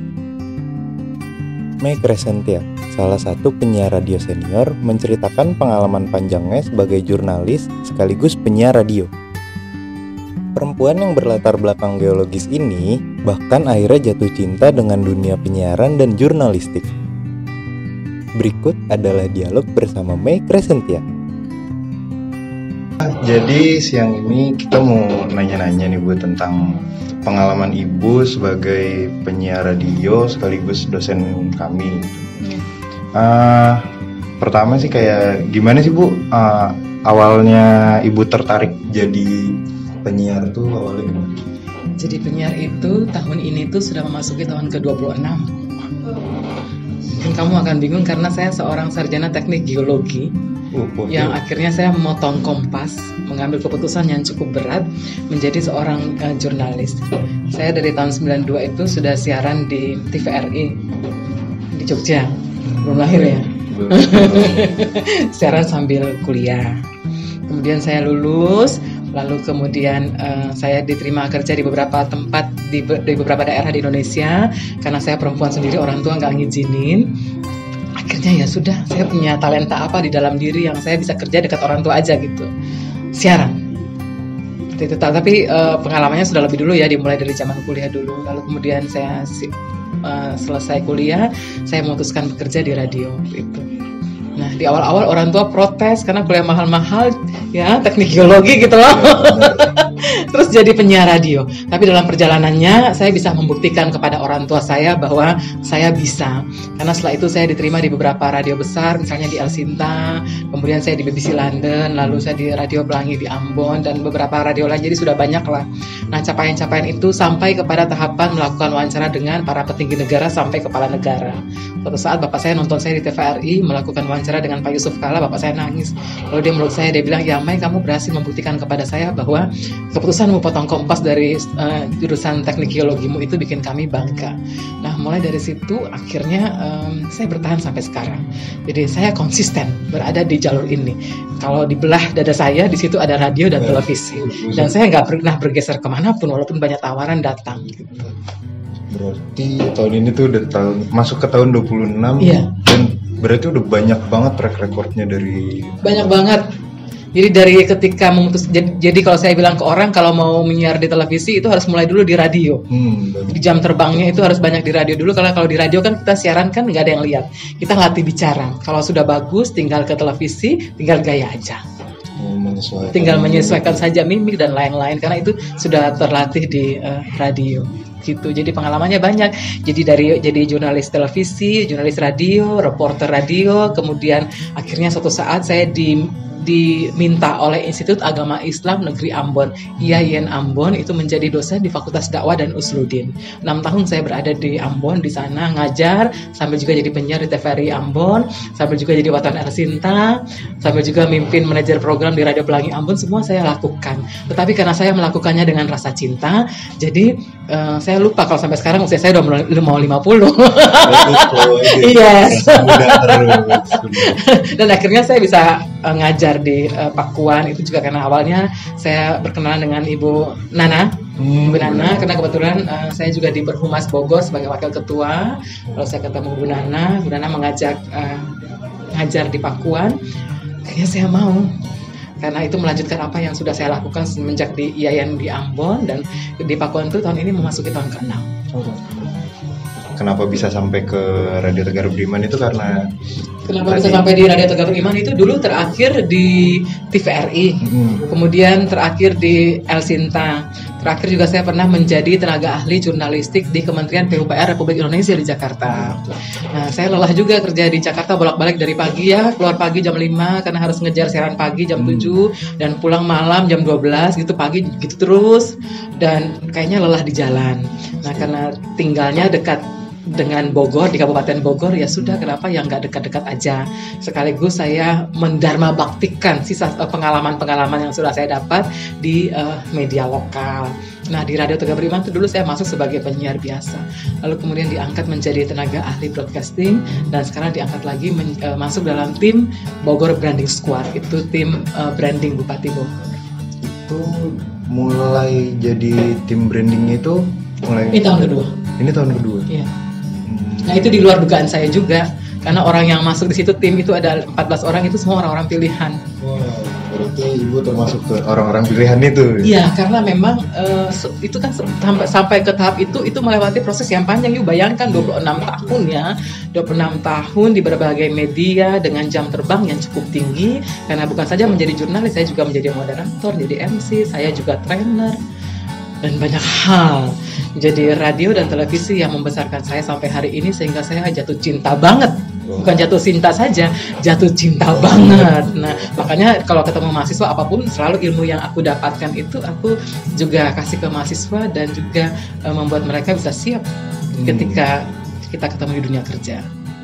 May Crescentia, salah satu penyiar radio senior, menceritakan pengalaman panjangnya sebagai jurnalis sekaligus penyiar radio. Perempuan yang berlatar belakang geologis ini bahkan akhirnya jatuh cinta dengan dunia penyiaran dan jurnalistik. Berikut adalah dialog bersama May Crescentia. Jadi siang ini kita mau nanya-nanya nih Bu tentang pengalaman Ibu sebagai penyiar radio sekaligus dosen kami. Pertama sih kayak gimana sih Bu awalnya Ibu tertarik jadi penyiar tuh awalnya gimana? Jadi penyiar itu tahun ini tuh sudah memasuki tahun ke-26. Mungkin kamu akan bingung karena saya seorang sarjana teknik geologi. Yang akhirnya saya memotong kompas, mengambil keputusan yang cukup berat menjadi seorang jurnalis. Saya dari tahun 92 itu sudah siaran di TVRI di Jogja, belum lahir ya. Siaran sambil kuliah. Kemudian saya lulus, lalu kemudian saya diterima kerja di beberapa tempat di beberapa daerah di Indonesia. Karena saya perempuan sendiri, orang tua nggak ngizinin. Akhirnya ya sudah, saya punya talenta apa di dalam diri yang saya bisa kerja dekat orang tua aja gitu, siaran. Tapi pengalamannya sudah lebih dulu ya, dimulai dari zaman kuliah dulu. Lalu kemudian saya selesai kuliah, saya memutuskan bekerja di radio gitu. Nah di awal-awal orang tua protes karena kuliah mahal-mahal ya, teknik geologi gitu loh. Terus jadi penyiar radio. Tapi dalam perjalanannya saya bisa membuktikan kepada orang tua saya bahwa saya bisa. Karena setelah itu saya diterima di beberapa radio besar, misalnya di El Sinta, kemudian saya di BBC London, lalu saya di Radio Pelangi di Ambon, dan beberapa radio lain. Jadi sudah banyak lah. Nah capaian-capaian itu sampai kepada tahapan melakukan wawancara dengan para petinggi negara sampai kepala negara. Suatu saat bapak saya nonton saya di TVRI melakukan wawancara dengan Pak Yusuf Kala, bapak saya nangis. Lalu dia meluk saya, dia bilang, ya May, kamu berhasil membuktikan kepada saya bahwa keputusanmu potong kompas dari jurusan teknik geologimu itu bikin kami bangga. Nah mulai dari situ akhirnya saya bertahan sampai sekarang. Jadi saya konsisten berada di jalur ini. Kalau dibelah dada saya, di situ ada radio dan televisi. Dan saya nggak pernah bergeser kemanapun walaupun banyak tawaran datang. Gitu. Berarti tahun ini tuh udah masuk ke tahun 26. Iya. Dan berarti udah banyak banget track recordnya dari... Banyak banget. Jadi dari ketika jadi kalau saya bilang ke orang kalau mau menyiar di televisi itu harus mulai dulu di radio. Jadi jam terbangnya itu harus banyak di radio dulu, karena kalau di radio kan kita siaran kan nggak ada yang lihat. Kita latih bicara. Kalau sudah bagus tinggal ke televisi, tinggal gaya aja. Tinggal menyesuaikan saja mimik dan lain-lain, karena itu sudah terlatih di radio. Gitu. Jadi pengalamannya banyak. Jadi jurnalis televisi, jurnalis radio, reporter radio, kemudian akhirnya suatu saat saya diminta oleh Institut Agama Islam Negeri Ambon, IAIN Ambon, itu menjadi dosen di Fakultas Dakwah dan Usluddin. 6 tahun saya berada di Ambon, di sana ngajar, sambil juga jadi penyiar di TVRI Ambon, sambil juga jadi wartawan El Sinta, sambil juga mimpin manajer program di Radio Pelangi Ambon. Semua saya lakukan. Tetapi karena saya melakukannya dengan rasa cinta, jadi saya lupa kalau sampai sekarang usia saya udah mau 50. Iya. Dan akhirnya saya bisa ngajar di Pakuan, itu juga karena awalnya saya berkenalan dengan Ibu Nana. Ibu Nana, karena kebetulan saya juga di Perhumas Bogor sebagai wakil ketua. Lalu saya ketemu Bu Nana mengajak ngajar di Pakuan. Kayaknya saya mau, karena itu melanjutkan apa yang sudah saya lakukan semenjak di IAIN di Ambon, dan di Pakuan itu tahun ini memasuki tahun ke-6. Kenapa bisa sampai ke Radio Tegar Beriman itu karena Kenapa bisa sampai di Radio Tegar Beriman itu dulu terakhir di TVRI, kemudian terakhir di El Sinta, terakhir juga saya pernah menjadi tenaga ahli jurnalistik di Kementerian PUPR Republik Indonesia di Jakarta. Nah, saya lelah juga kerja di Jakarta bolak-balik dari pagi ya, keluar pagi jam 5 karena harus ngejar siaran pagi jam 7 dan pulang malam jam 12 gitu pagi gitu terus dan kayaknya lelah di jalan. Nah, karena tinggalnya dekat dengan Bogor, di Kabupaten Bogor, ya sudah kenapa yang nggak dekat-dekat aja. Sekaligus saya mendharma baktikan sisa pengalaman-pengalaman yang sudah saya dapat di media lokal. Nah, di Radio Tegar Beriman itu dulu saya masuk sebagai penyiar biasa. Lalu kemudian diangkat menjadi tenaga ahli broadcasting dan sekarang diangkat lagi masuk dalam tim Bogor Branding Squad. Itu tim branding Bupati Bogor. Itu mulai jadi tim brandingnya itu mulai ini tahun kedua. Ini tahun kedua. Iya. Nah, itu di luar dugaan saya juga. Karena orang yang masuk di situ tim itu ada 14 orang itu semua orang-orang pilihan. Wow, berarti Ibu termasuk ke orang-orang pilihan itu. Iya, karena memang itu kan sampai ke tahap itu melewati proses yang panjang. Yuk bayangkan 26 tahun ya. 26 tahun di berbagai media dengan jam terbang yang cukup tinggi. Karena bukan saja menjadi jurnalis, saya juga menjadi moderator, jadi MC, saya juga trainer. Dan banyak hal. Jadi radio dan televisi yang membesarkan saya sampai hari ini sehingga saya jatuh cinta banget. Bukan jatuh cinta saja, jatuh cinta banget. Nah, makanya kalau ketemu mahasiswa apapun selalu ilmu yang aku dapatkan itu aku juga kasih ke mahasiswa dan juga membuat mereka bisa siap ketika kita ketemu di dunia kerja.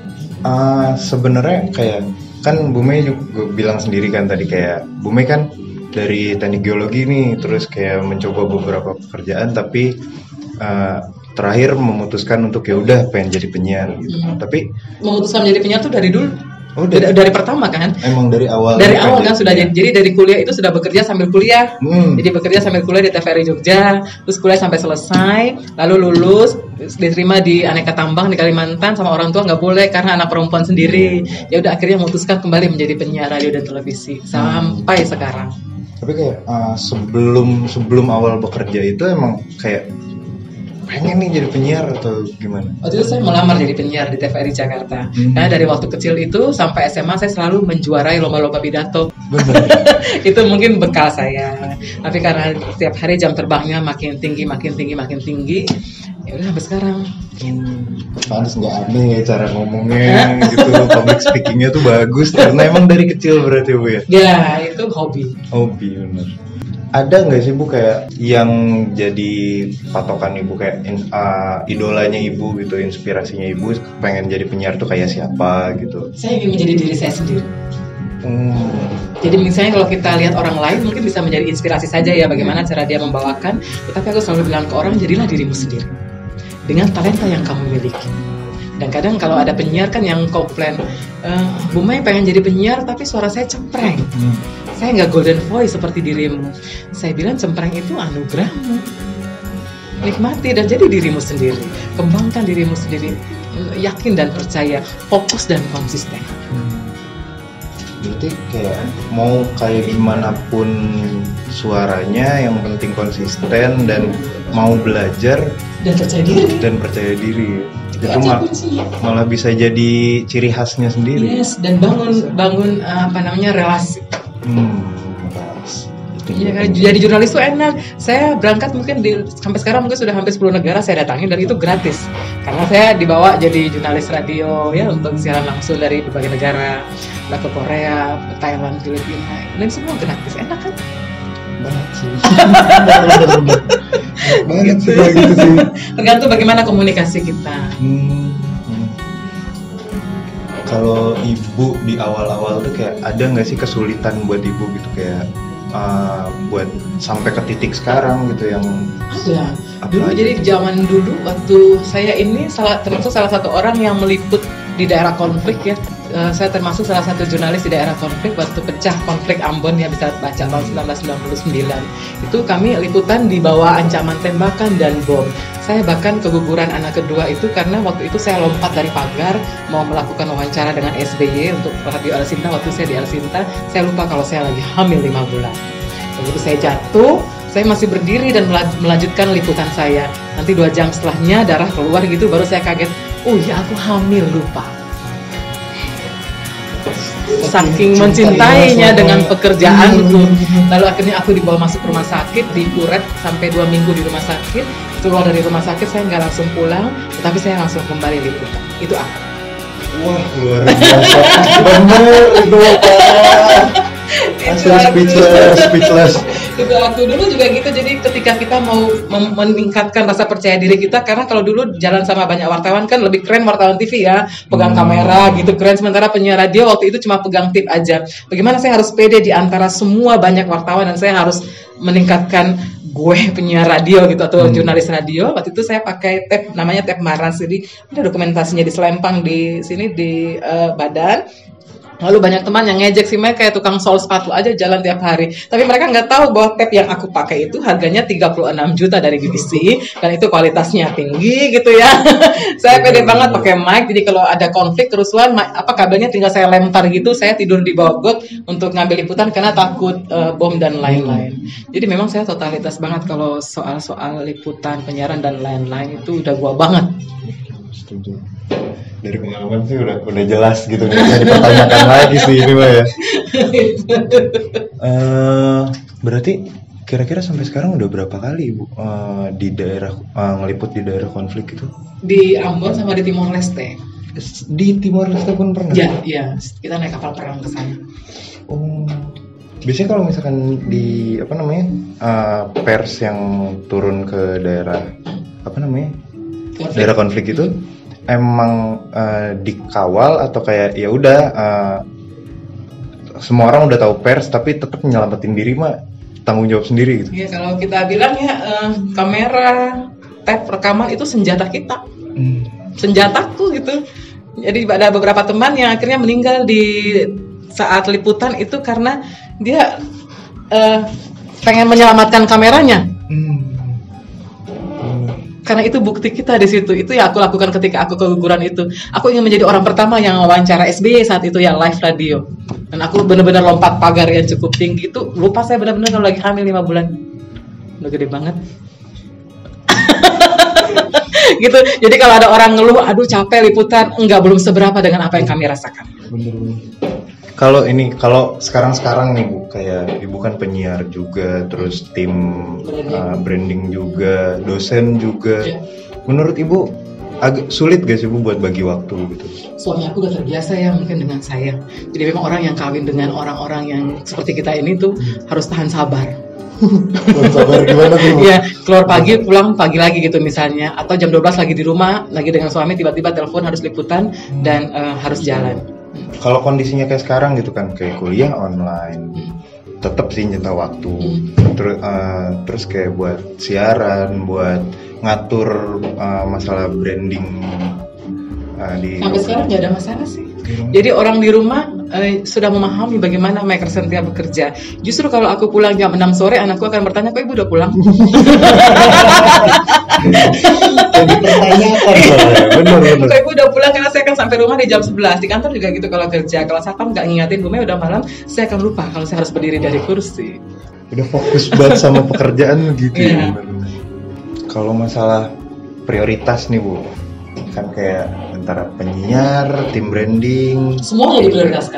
Sebenarnya kayak kan Bu Mei juga bilang sendiri kan tadi kayak Bu Mei kan dari teknik geologi nih terus kayak mencoba beberapa pekerjaan tapi terakhir memutuskan untuk ya udah pengen jadi penyiar gitu. Tapi memutuskan menjadi penyiar tuh dari dulu. Oh, dari pertama kan? Emang dari awal. Dari awal kan sudah jadi dari kuliah itu sudah bekerja sambil kuliah. Jadi bekerja sambil kuliah di TVRI Jogja, terus kuliah sampai selesai, lalu lulus, diterima di Aneka Tambang di Kalimantan sama orang tua nggak boleh karena anak perempuan sendiri. Ya udah akhirnya memutuskan kembali menjadi penyiar radio dan televisi sampai sekarang. Tapi kayak sebelum awal bekerja itu emang kayak pengen nih jadi penyiar atau gimana? Waktu itu saya melamar jadi penyiar di TVRI Jakarta. Karena dari waktu kecil itu sampai SMA saya selalu menjuarai lomba-lomba pidato. Itu mungkin bekal saya. Tapi karena setiap hari jam terbangnya makin tinggi, ya udah sampai sekarang. Pantes nggak aneh ya cara ngomongnya gitu, public speakingnya tuh bagus karena emang dari kecil berarti Bu ya? Ya itu hobi. Hobi benar. Ada nggak sih Bu kayak yang jadi patokan Ibu kayak idolanya Ibu gitu, inspirasinya Ibu pengen jadi penyiar tuh kayak siapa gitu? Saya ingin menjadi diri saya sendiri. Jadi misalnya kalau kita lihat orang lain mungkin bisa menjadi inspirasi saja ya bagaimana cara dia membawakan, tetapi aku selalu bilang ke orang jadilah dirimu sendiri dengan talenta yang kamu miliki. Dan kadang kalau ada penyiar kan yang komplain, Bu Mei pengen jadi penyiar tapi suara saya cempreng, saya nggak golden voice seperti dirimu. Saya bilang cempreng itu anugerahmu, nikmati dan jadi dirimu sendiri, kembangkan dirimu sendiri, yakin dan percaya, fokus dan konsisten. Berarti kayak mau kayak gimana pun suaranya yang penting konsisten dan mau belajar dan percaya diri. Itu malah bisa jadi ciri khasnya sendiri. Yes, dan bangun relasi. Iya kan, jadi jurnalis itu enak. Saya berangkat mungkin sampai sekarang mungkin sudah hampir 10 negara saya datangin dan itu gratis. Karena saya dibawa jadi jurnalis radio ya untuk siaran langsung dari berbagai negara, ke Korea, ke Thailand, Filipina, dan semua gratis. Enak kan? Banget sih. Banget sih gitu sih. Tergantung bagaimana komunikasi kita. Kalau Ibu di awal-awal tuh kayak ada nggak sih kesulitan buat Ibu gitu kayak buat sampai ke titik sekarang gitu yang ada dulu aja. Jadi zaman dulu waktu saya ini termasuk salah satu orang yang meliput di daerah konflik ya. Saya termasuk salah satu jurnalis di daerah konflik waktu pecah konflik Ambon ya, bisa baca tahun 1999. Itu kami liputan di bawah ancaman tembakan dan bom. Saya bahkan keguguran anak kedua itu karena waktu itu saya lompat dari pagar mau melakukan wawancara dengan SBY untuk Radio El Sinta. Waktu saya di El Sinta, saya lupa kalau saya lagi hamil 5 bulan. Begitu saya jatuh, saya masih berdiri dan melanjutkan liputan saya. Nanti 2 jam setelahnya darah keluar gitu, baru saya kaget. Oh ya, aku hamil, lupa. saking mencintainya dengan pekerjaan itu. Lalu akhirnya aku dibawa masuk rumah sakit, dikuret sampai 2 minggu di rumah sakit. Keluar dari rumah sakit saya nggak langsung pulang, tetapi saya langsung kembali liputan. Itu aku. Wah, luar biasa. Bener itu Asli speechless. Itu aku dulu juga gitu. Jadi ketika kita mau meningkatkan rasa percaya diri kita, karena kalau dulu jalan sama banyak wartawan kan lebih keren wartawan TV ya, pegang kamera gitu keren, sementara penyiar radio waktu itu cuma pegang tip aja. Bagaimana saya harus pede di antara semua banyak wartawan dan saya harus meningkatkan gue penyiar radio gitu atau jurnalis radio. Waktu itu saya pakai tape namanya tape Maras, jadi ada dokumentasinya di selempang di sini di badan. Lalu banyak teman yang ngejek sih, mereka kayak tukang sol sepatu aja jalan tiap hari. Tapi mereka nggak tahu bahwa tape yang aku pakai itu harganya 36 juta dari BBC dan itu kualitasnya tinggi gitu ya. Saya pede banget pakai mic, jadi kalau ada konflik kerusuhan kabelnya tinggal saya lempar gitu, saya tidur di bawah got untuk ngambil liputan karena takut bom dan lain-lain. Jadi memang saya totalitas banget kalau soal-soal liputan, penyiaran dan lain-lain itu udah gua banget. Setuju. Dari pengalaman sih udah jelas gitu, nggak bisa dipertanyakan lagi sih ini mah ya. Berarti kira-kira sampai sekarang udah berapa kali Ibu di daerah ngeliput di daerah konflik itu? Di Ambon sama di Timor Leste. Di Timor Leste pun pernah? Iya, kita naik kapal perang ke sana. Oh. Biasanya kalau misalkan di pers yang turun ke daerah daerah konflik itu emang dikawal atau kayak ya udah semua orang udah tahu pers tapi tetap nyelamatin diri mah tanggung jawab sendiri gitu. Iya, kalau kita bilang ya kamera, tape rekaman itu senjata kita. Senjataku gitu. Jadi ada beberapa teman yang akhirnya meninggal di saat liputan itu karena dia pengen menyelamatkan kameranya. Karena itu bukti kita di situ. Itu ya aku lakukan ketika aku keguguran itu. Aku ingin menjadi orang pertama yang wawancara SBY saat itu yang live radio. Dan aku benar-benar lompat pagar yang cukup tinggi itu. Lupa saya benar-benar kalau lagi hamil 5 bulan. Udah gede banget. Gitu. Jadi kalau ada orang ngeluh, aduh capek liputan, belum seberapa dengan apa yang kami rasakan. Bener. Kalau sekarang nih Bu, kayak Ibu kan penyiar juga, terus tim branding juga, dosen juga. Menurut Ibu agak sulit gak sih Bu buat bagi waktu gitu? Suami aku udah terbiasa ya mungkin dengan saya. Jadi memang orang yang kawin dengan orang-orang yang seperti kita ini tuh harus tahan sabar. Sabar gimana tuh? Iya, keluar pagi pulang pagi lagi gitu misalnya, atau jam 12 lagi di rumah lagi dengan suami, tiba-tiba telepon harus liputan dan harus jalan. Kalau kondisinya kayak sekarang gitu kan, kayak kuliah online, tetap sih nyita waktu. Terus kayak buat siaran, buat ngatur masalah branding sampai sekarang nggak ada masalah sih. Jadi orang di rumah sudah memahami bagaimana Maker Sentia bekerja. Justru kalau aku pulang jam 6 sore, anakku akan bertanya, kok Ibu udah pulang? Jadi pertanyaan bener. Kok Ibu udah pulang? Karena saya akan sampai rumah di jam 11. Di kantor juga gitu kalau kerja. Kalau satpam nggak ngingatin, Bu Mei udah malam, saya akan lupa kalau saya harus berdiri dari kursi. Udah fokus banget sama pekerjaan gitu. Ya. Kalau masalah prioritas nih Bu, kan kayak antara penyiar, tim branding, semuanya diprioritaskan.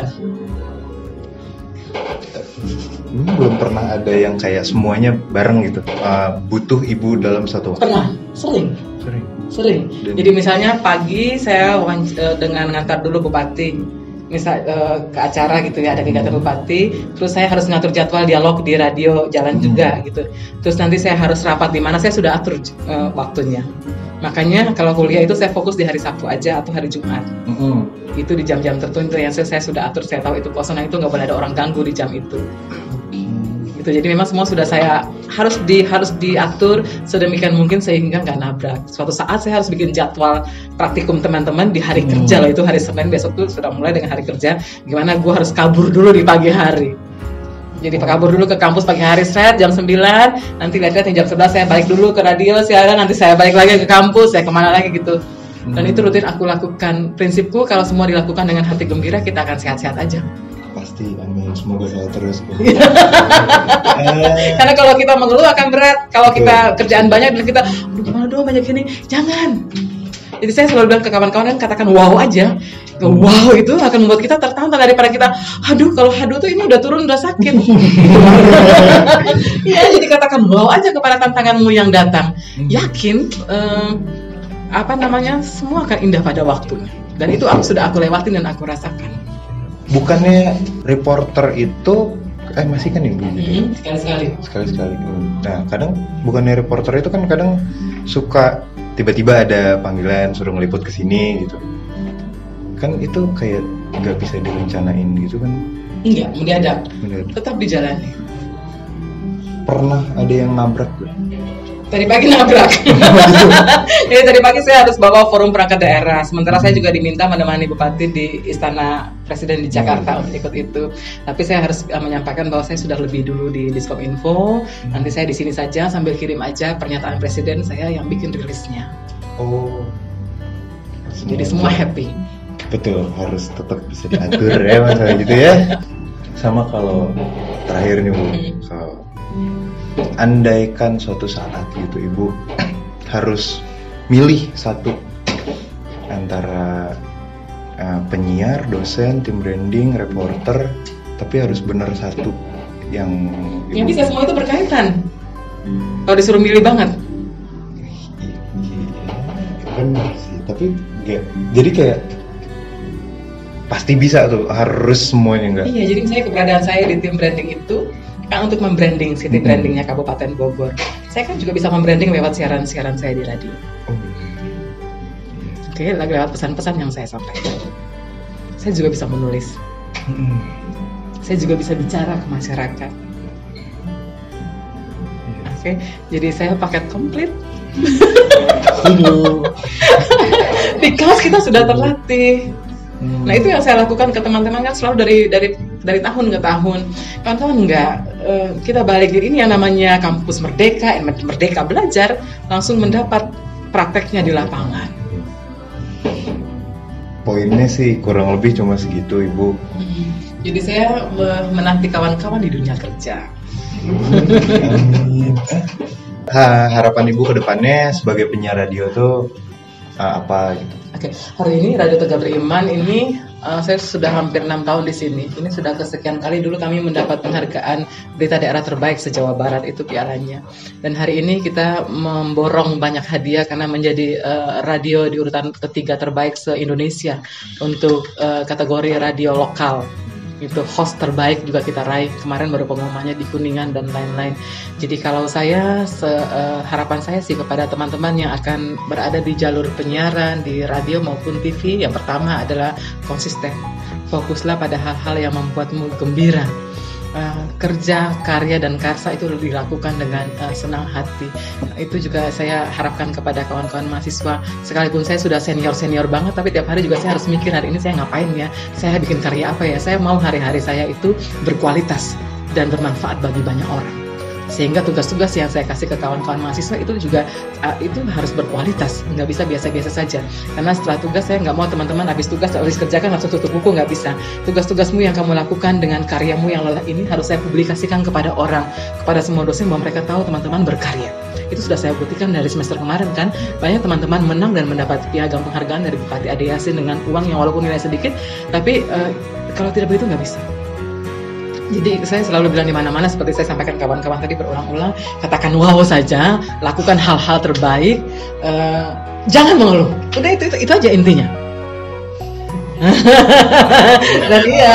Belum pernah ada yang kayak semuanya bareng gitu. Butuh Ibu dalam satu waktu. Pernah, sering. Jadi misalnya pagi saya dengan ngantar dulu bupati, misal ke acara gitu ya, ada kegiatan bupati, terus saya harus ngatur jadwal dialog di radio jalan juga gitu. Terus nanti saya harus rapat di mana, saya sudah atur waktunya. Makanya kalau kuliah itu saya fokus di hari Sabtu aja atau hari Jumat. Itu di jam-jam tertentu yang saya sudah atur, saya tahu itu kosong, itu nggak boleh ada orang ganggu di jam itu. Gitu. Jadi memang semua sudah saya harus diatur sedemikian mungkin sehingga nggak nabrak. Suatu saat saya harus bikin jadwal praktikum teman-teman di hari kerja loh, itu hari Senin, besok tuh sudah mulai dengan hari kerja. Gimana gue harus kabur dulu di pagi hari. Jadi kabur dulu ke kampus pagi hari jam 9, nanti lihat-lihat jam 11 saya balik dulu ke radio siaran, nanti saya balik lagi ke kampus, saya kemana lagi gitu. Dan itu rutin aku lakukan. Prinsipku kalau semua dilakukan dengan hati gembira, kita akan sehat-sehat aja. Pasti, amin. Semoga saya terus. Karena kalau kita mengeluh akan berat. Kalau kita kerjaan banyak dan kita, gimana dong banyak ini, jangan. Jadi saya selalu bilang ke kawan-kawan yang katakan wow aja. Wow, itu akan membuat kita tertantang daripada kita, aduh kalau haduh tuh ini udah turun udah sakit. Ya, jadi katakan wow aja kepada tantanganmu yang datang. Yakin semua akan indah pada waktunya. Dan itu sudah aku lewatin dan aku rasakan. Bukannya reporter itu masih kan ibu gitu? Sekali-sekali. Nah, kadang bukannya reporter itu kan kadang suka tiba-tiba ada panggilan suruh ngeliput ke sini gitu. Kan itu kayak nggak bisa direncanain gitu kan? Enggak, mendadak. Tetap dijalani. Pernah ada yang nabrak gak? Tadi pagi nabrak. Jadi tadi pagi saya harus bawa forum perangkat daerah. Sementara saya juga diminta menemani Bupati di Istana Presiden di Jakarta untuk ikut itu. Tapi saya harus menyampaikan bahwa saya sudah lebih dulu di Diskominfo. Nanti saya di sini saja sambil kirim aja pernyataan Presiden, saya yang bikin rilisnya. Oh. Jadi semua happy. Betul, harus tetap bisa diatur ya masalah gitu ya. Sama kalau terakhir nih Bu, andaikan suatu saat gitu Ibu harus milih satu antara penyiar, dosen, tim branding, reporter, tapi harus benar satu yang bisa semua itu berkaitan. Kalau disuruh milih banget. Benar sih, tapi jadi kayak pasti bisa tuh, harus semuanya enggak? Iya, jadi misalnya keberadaan saya di tim branding itu kan untuk membranding city brandingnya Kabupaten Bogor. Saya kan juga bisa membranding lewat siaran-siaran saya di radio. Oke, lewat pesan-pesan yang saya sampaikan. Saya juga bisa menulis. Saya juga bisa bicara ke masyarakat. Oke, jadi saya paket komplit. Because kita sudah terlatih. Nah itu yang saya lakukan ke teman-teman kan selalu dari tahun ke tahun. Kawan-kawan kita balik ini yang namanya kampus merdeka, merdeka belajar, langsung mendapat prakteknya di lapangan. Poinnya sih kurang lebih cuma segitu Ibu. Jadi saya menanti kawan-kawan di dunia kerja. Harapan Ibu ke depannya sebagai penyiar radio tuh apa gitu? Oke, hari ini Radio Tegar Beriman ini saya sudah hampir 6 tahun di sini. Ini sudah kesekian kali dulu kami mendapat penghargaan berita daerah terbaik se-Jawa Barat, itu pialanya. Dan hari ini kita memborong banyak hadiah karena menjadi radio di urutan ketiga terbaik se-Indonesia untuk kategori radio lokal. Itu host terbaik juga kita raih. Kemarin baru pengumumannya di Kuningan dan lain-lain. Jadi kalau saya harapan saya sih kepada teman-teman yang akan berada di jalur penyiaran di radio maupun TV, yang pertama adalah konsisten. Fokuslah pada hal-hal yang membuatmu gembira. Kerja, karya, dan karsa itu dilakukan dengan senang hati. Itu juga saya harapkan kepada kawan-kawan mahasiswa. Sekalipun saya sudah senior banget, tapi tiap hari juga saya harus mikir, hari ini saya ngapain ya, saya bikin karya apa ya, saya mau hari-hari saya itu berkualitas dan bermanfaat bagi banyak orang. Sehingga tugas-tugas yang saya kasih ke kawan-kawan mahasiswa itu juga itu harus berkualitas, nggak bisa biasa-biasa saja. Karena setelah tugas saya nggak mau teman-teman habis tugas habis kerjakan langsung tutup buku, nggak bisa. Tugas-tugasmu yang kamu lakukan dengan karyamu yang lelah ini harus saya publikasikan kepada orang, kepada semua dosen, bahwa mereka tahu teman-teman berkarya. Itu sudah saya buktikan dari semester kemarin kan, banyak teman-teman menang dan mendapat piagam penghargaan dari Bupati Ade Yasin dengan uang yang walaupun nilai sedikit, tapi kalau tidak begitu nggak bisa. Jadi saya selalu bilang di mana-mana seperti saya sampaikan kawan-kawan tadi berulang-ulang, katakan wow saja, lakukan hal-hal terbaik, jangan mengeluh. Udah itu aja intinya. Dan iya,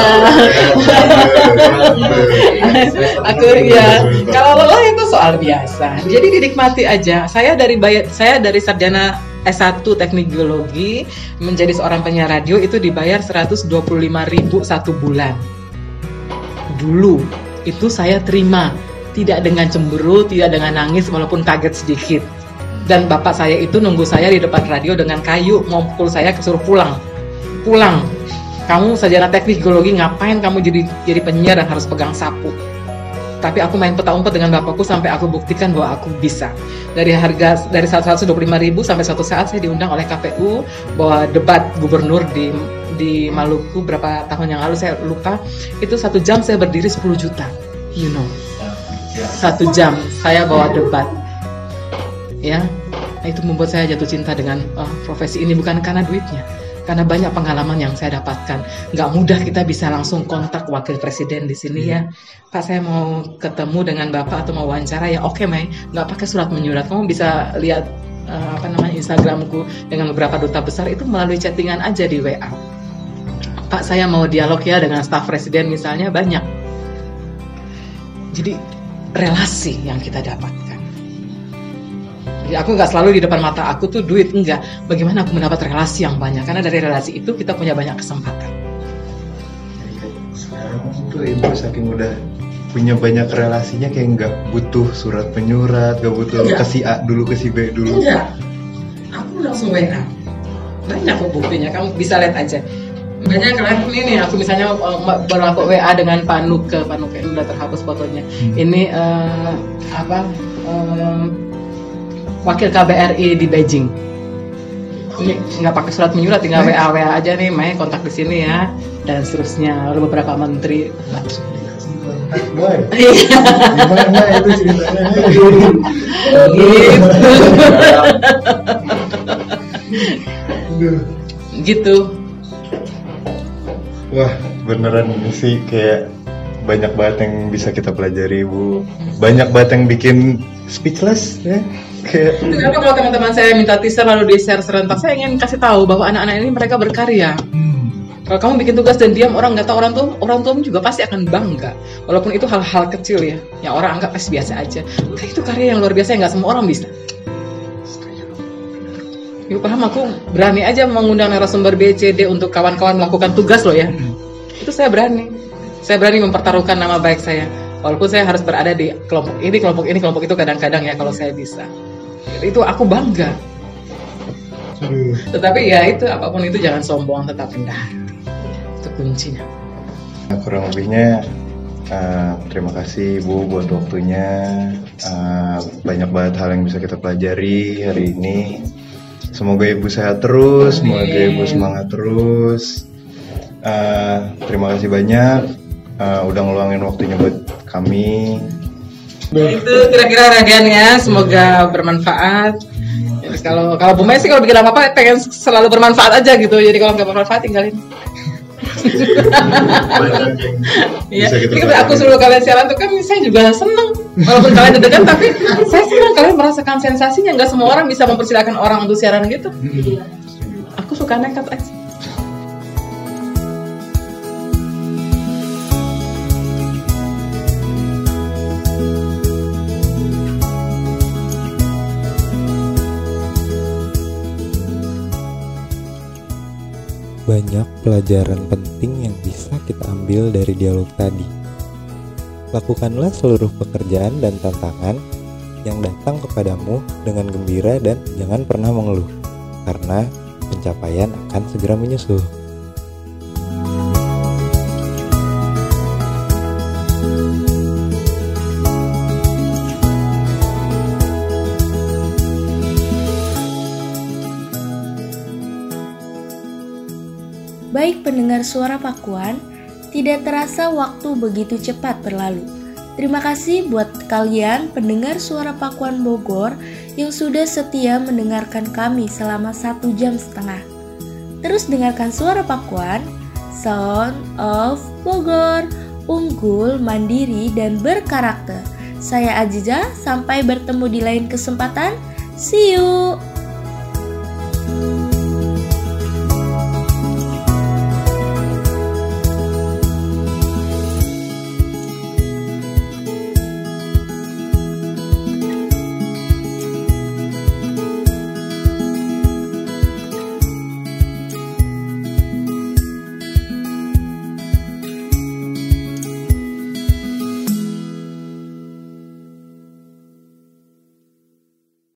aku ya kalau lelah itu soal biasa. Jadi dinikmati aja. Saya dari sarjana S1 Teknik Geologi menjadi seorang penyiar radio itu dibayar 125.000 satu bulan. Dulu itu saya terima, tidak dengan cemberut, tidak dengan nangis walaupun kaget sedikit. Dan bapak saya itu nunggu saya di depan radio dengan kayu, mau pukul saya, suruh pulang. Kamu sarjana teknik geologi, ngapain kamu jadi penyiar dan harus pegang sapu? Tapi aku main peta umpet dengan bapakku sampai aku buktikan bahwa aku bisa. Dari 125.000 sampai suatu saat saya diundang oleh KPU bahwa debat gubernur di Maluku berapa tahun yang lalu saya lupa, itu 1 jam saya berdiri 10 juta, 1 jam saya bawa debat, ya. Nah, itu membuat saya jatuh cinta dengan profesi ini, bukan karena duitnya, karena banyak pengalaman yang saya dapatkan. Nggak mudah kita bisa langsung kontak wakil presiden di sini ya. Pak, saya mau ketemu dengan Bapak atau mau wawancara ya. Oke, Mai, nggak pakai surat menyurat. Kamu bisa lihat Instagramku dengan beberapa duta besar itu melalui chattingan aja di WA. Pak, saya mau dialog ya dengan staf presiden misalnya, banyak. Jadi relasi yang kita dapatkan. Jadi aku nggak selalu di depan mata aku tuh duit, enggak. Bagaimana aku mendapat relasi yang banyak? Karena dari relasi itu kita punya banyak kesempatan. Sekarang tuh ibu saking udah punya banyak relasinya kayak nggak butuh surat menyurat, nggak butuh ke si A dulu ke si B dulu. Enggak. Aku langsung WA. Banyak kok buktinya, kamu bisa lihat aja. Banyak kalian ini aku misalnya baru aku WA dengan Pak Nuke ini udah terhapus fotonya. Ini wakil KBRI di Beijing. Ini nggak pakai surat menyurat, tinggal WA aja nih, Mai kontak di sini ya, dan seterusnya. Lalu beberapa menteri. Gimana itu ceritanya? Gitu. Wah, beneran ini sih kayak banyak banget yang bisa kita pelajari, Bu. Banyak banget yang bikin speechless ya. Kayak kenapa kalau teman-teman saya minta teaser lalu di-share serentak, saya ingin kasih tahu bahwa anak-anak ini mereka berkarya. Kalau kamu bikin tugas dan diam, orang nggak tahu, orang tuamu juga pasti akan bangga. Walaupun itu hal-hal kecil ya, yang orang anggap pasti biasa aja. Tapi itu karya yang luar biasa yang nggak semua orang bisa. Ibu paham, aku berani aja mengundang narasumber B, C, D untuk kawan-kawan melakukan tugas loh ya. Itu saya berani. Saya berani mempertaruhkan nama baik saya. Walaupun saya harus berada di kelompok ini, kelompok itu kadang-kadang ya kalau saya bisa. Itu aku bangga. Tetapi ya itu, apapun itu jangan sombong, tetap rendah hati. Itu kuncinya. Kurang lebihnya terima kasih Ibu buat waktunya. Banyak banget hal yang bisa kita pelajari hari ini. Semoga Ibu sehat terus, semoga Ibu semangat terus. Terima kasih banyak udah ngeluangin waktunya buat kami. Itu kira-kira raganya, semoga bermanfaat. Kalau Bu Mai sih kalau bikin apa-apa pengen selalu bermanfaat aja gitu. Jadi kalau nggak bermanfaat tinggalin. Ya, aku suruh kalian siaran tuh kan saya juga seneng. Walaupun kalian deg-degan tapi saya senang kalian merasakan sensasinya. Nggak semua orang bisa mempersilakan orang untuk siaran gitu. Aku suka nekat aja. Banyak pelajaran penting yang bisa kita ambil dari dialog tadi. Lakukanlah seluruh pekerjaan dan tantangan yang datang kepadamu dengan gembira dan jangan pernah mengeluh, karena pencapaian akan segera menyusul. Baik pendengar Suara Pakuan, tidak terasa waktu begitu cepat berlalu. Terima kasih buat kalian pendengar Suara Pakuan Bogor yang sudah setia mendengarkan kami selama 1,5 jam. Terus dengarkan Suara Pakuan, Sound of Bogor, unggul, mandiri, dan berkarakter. Saya Aziza, sampai bertemu di lain kesempatan. See you!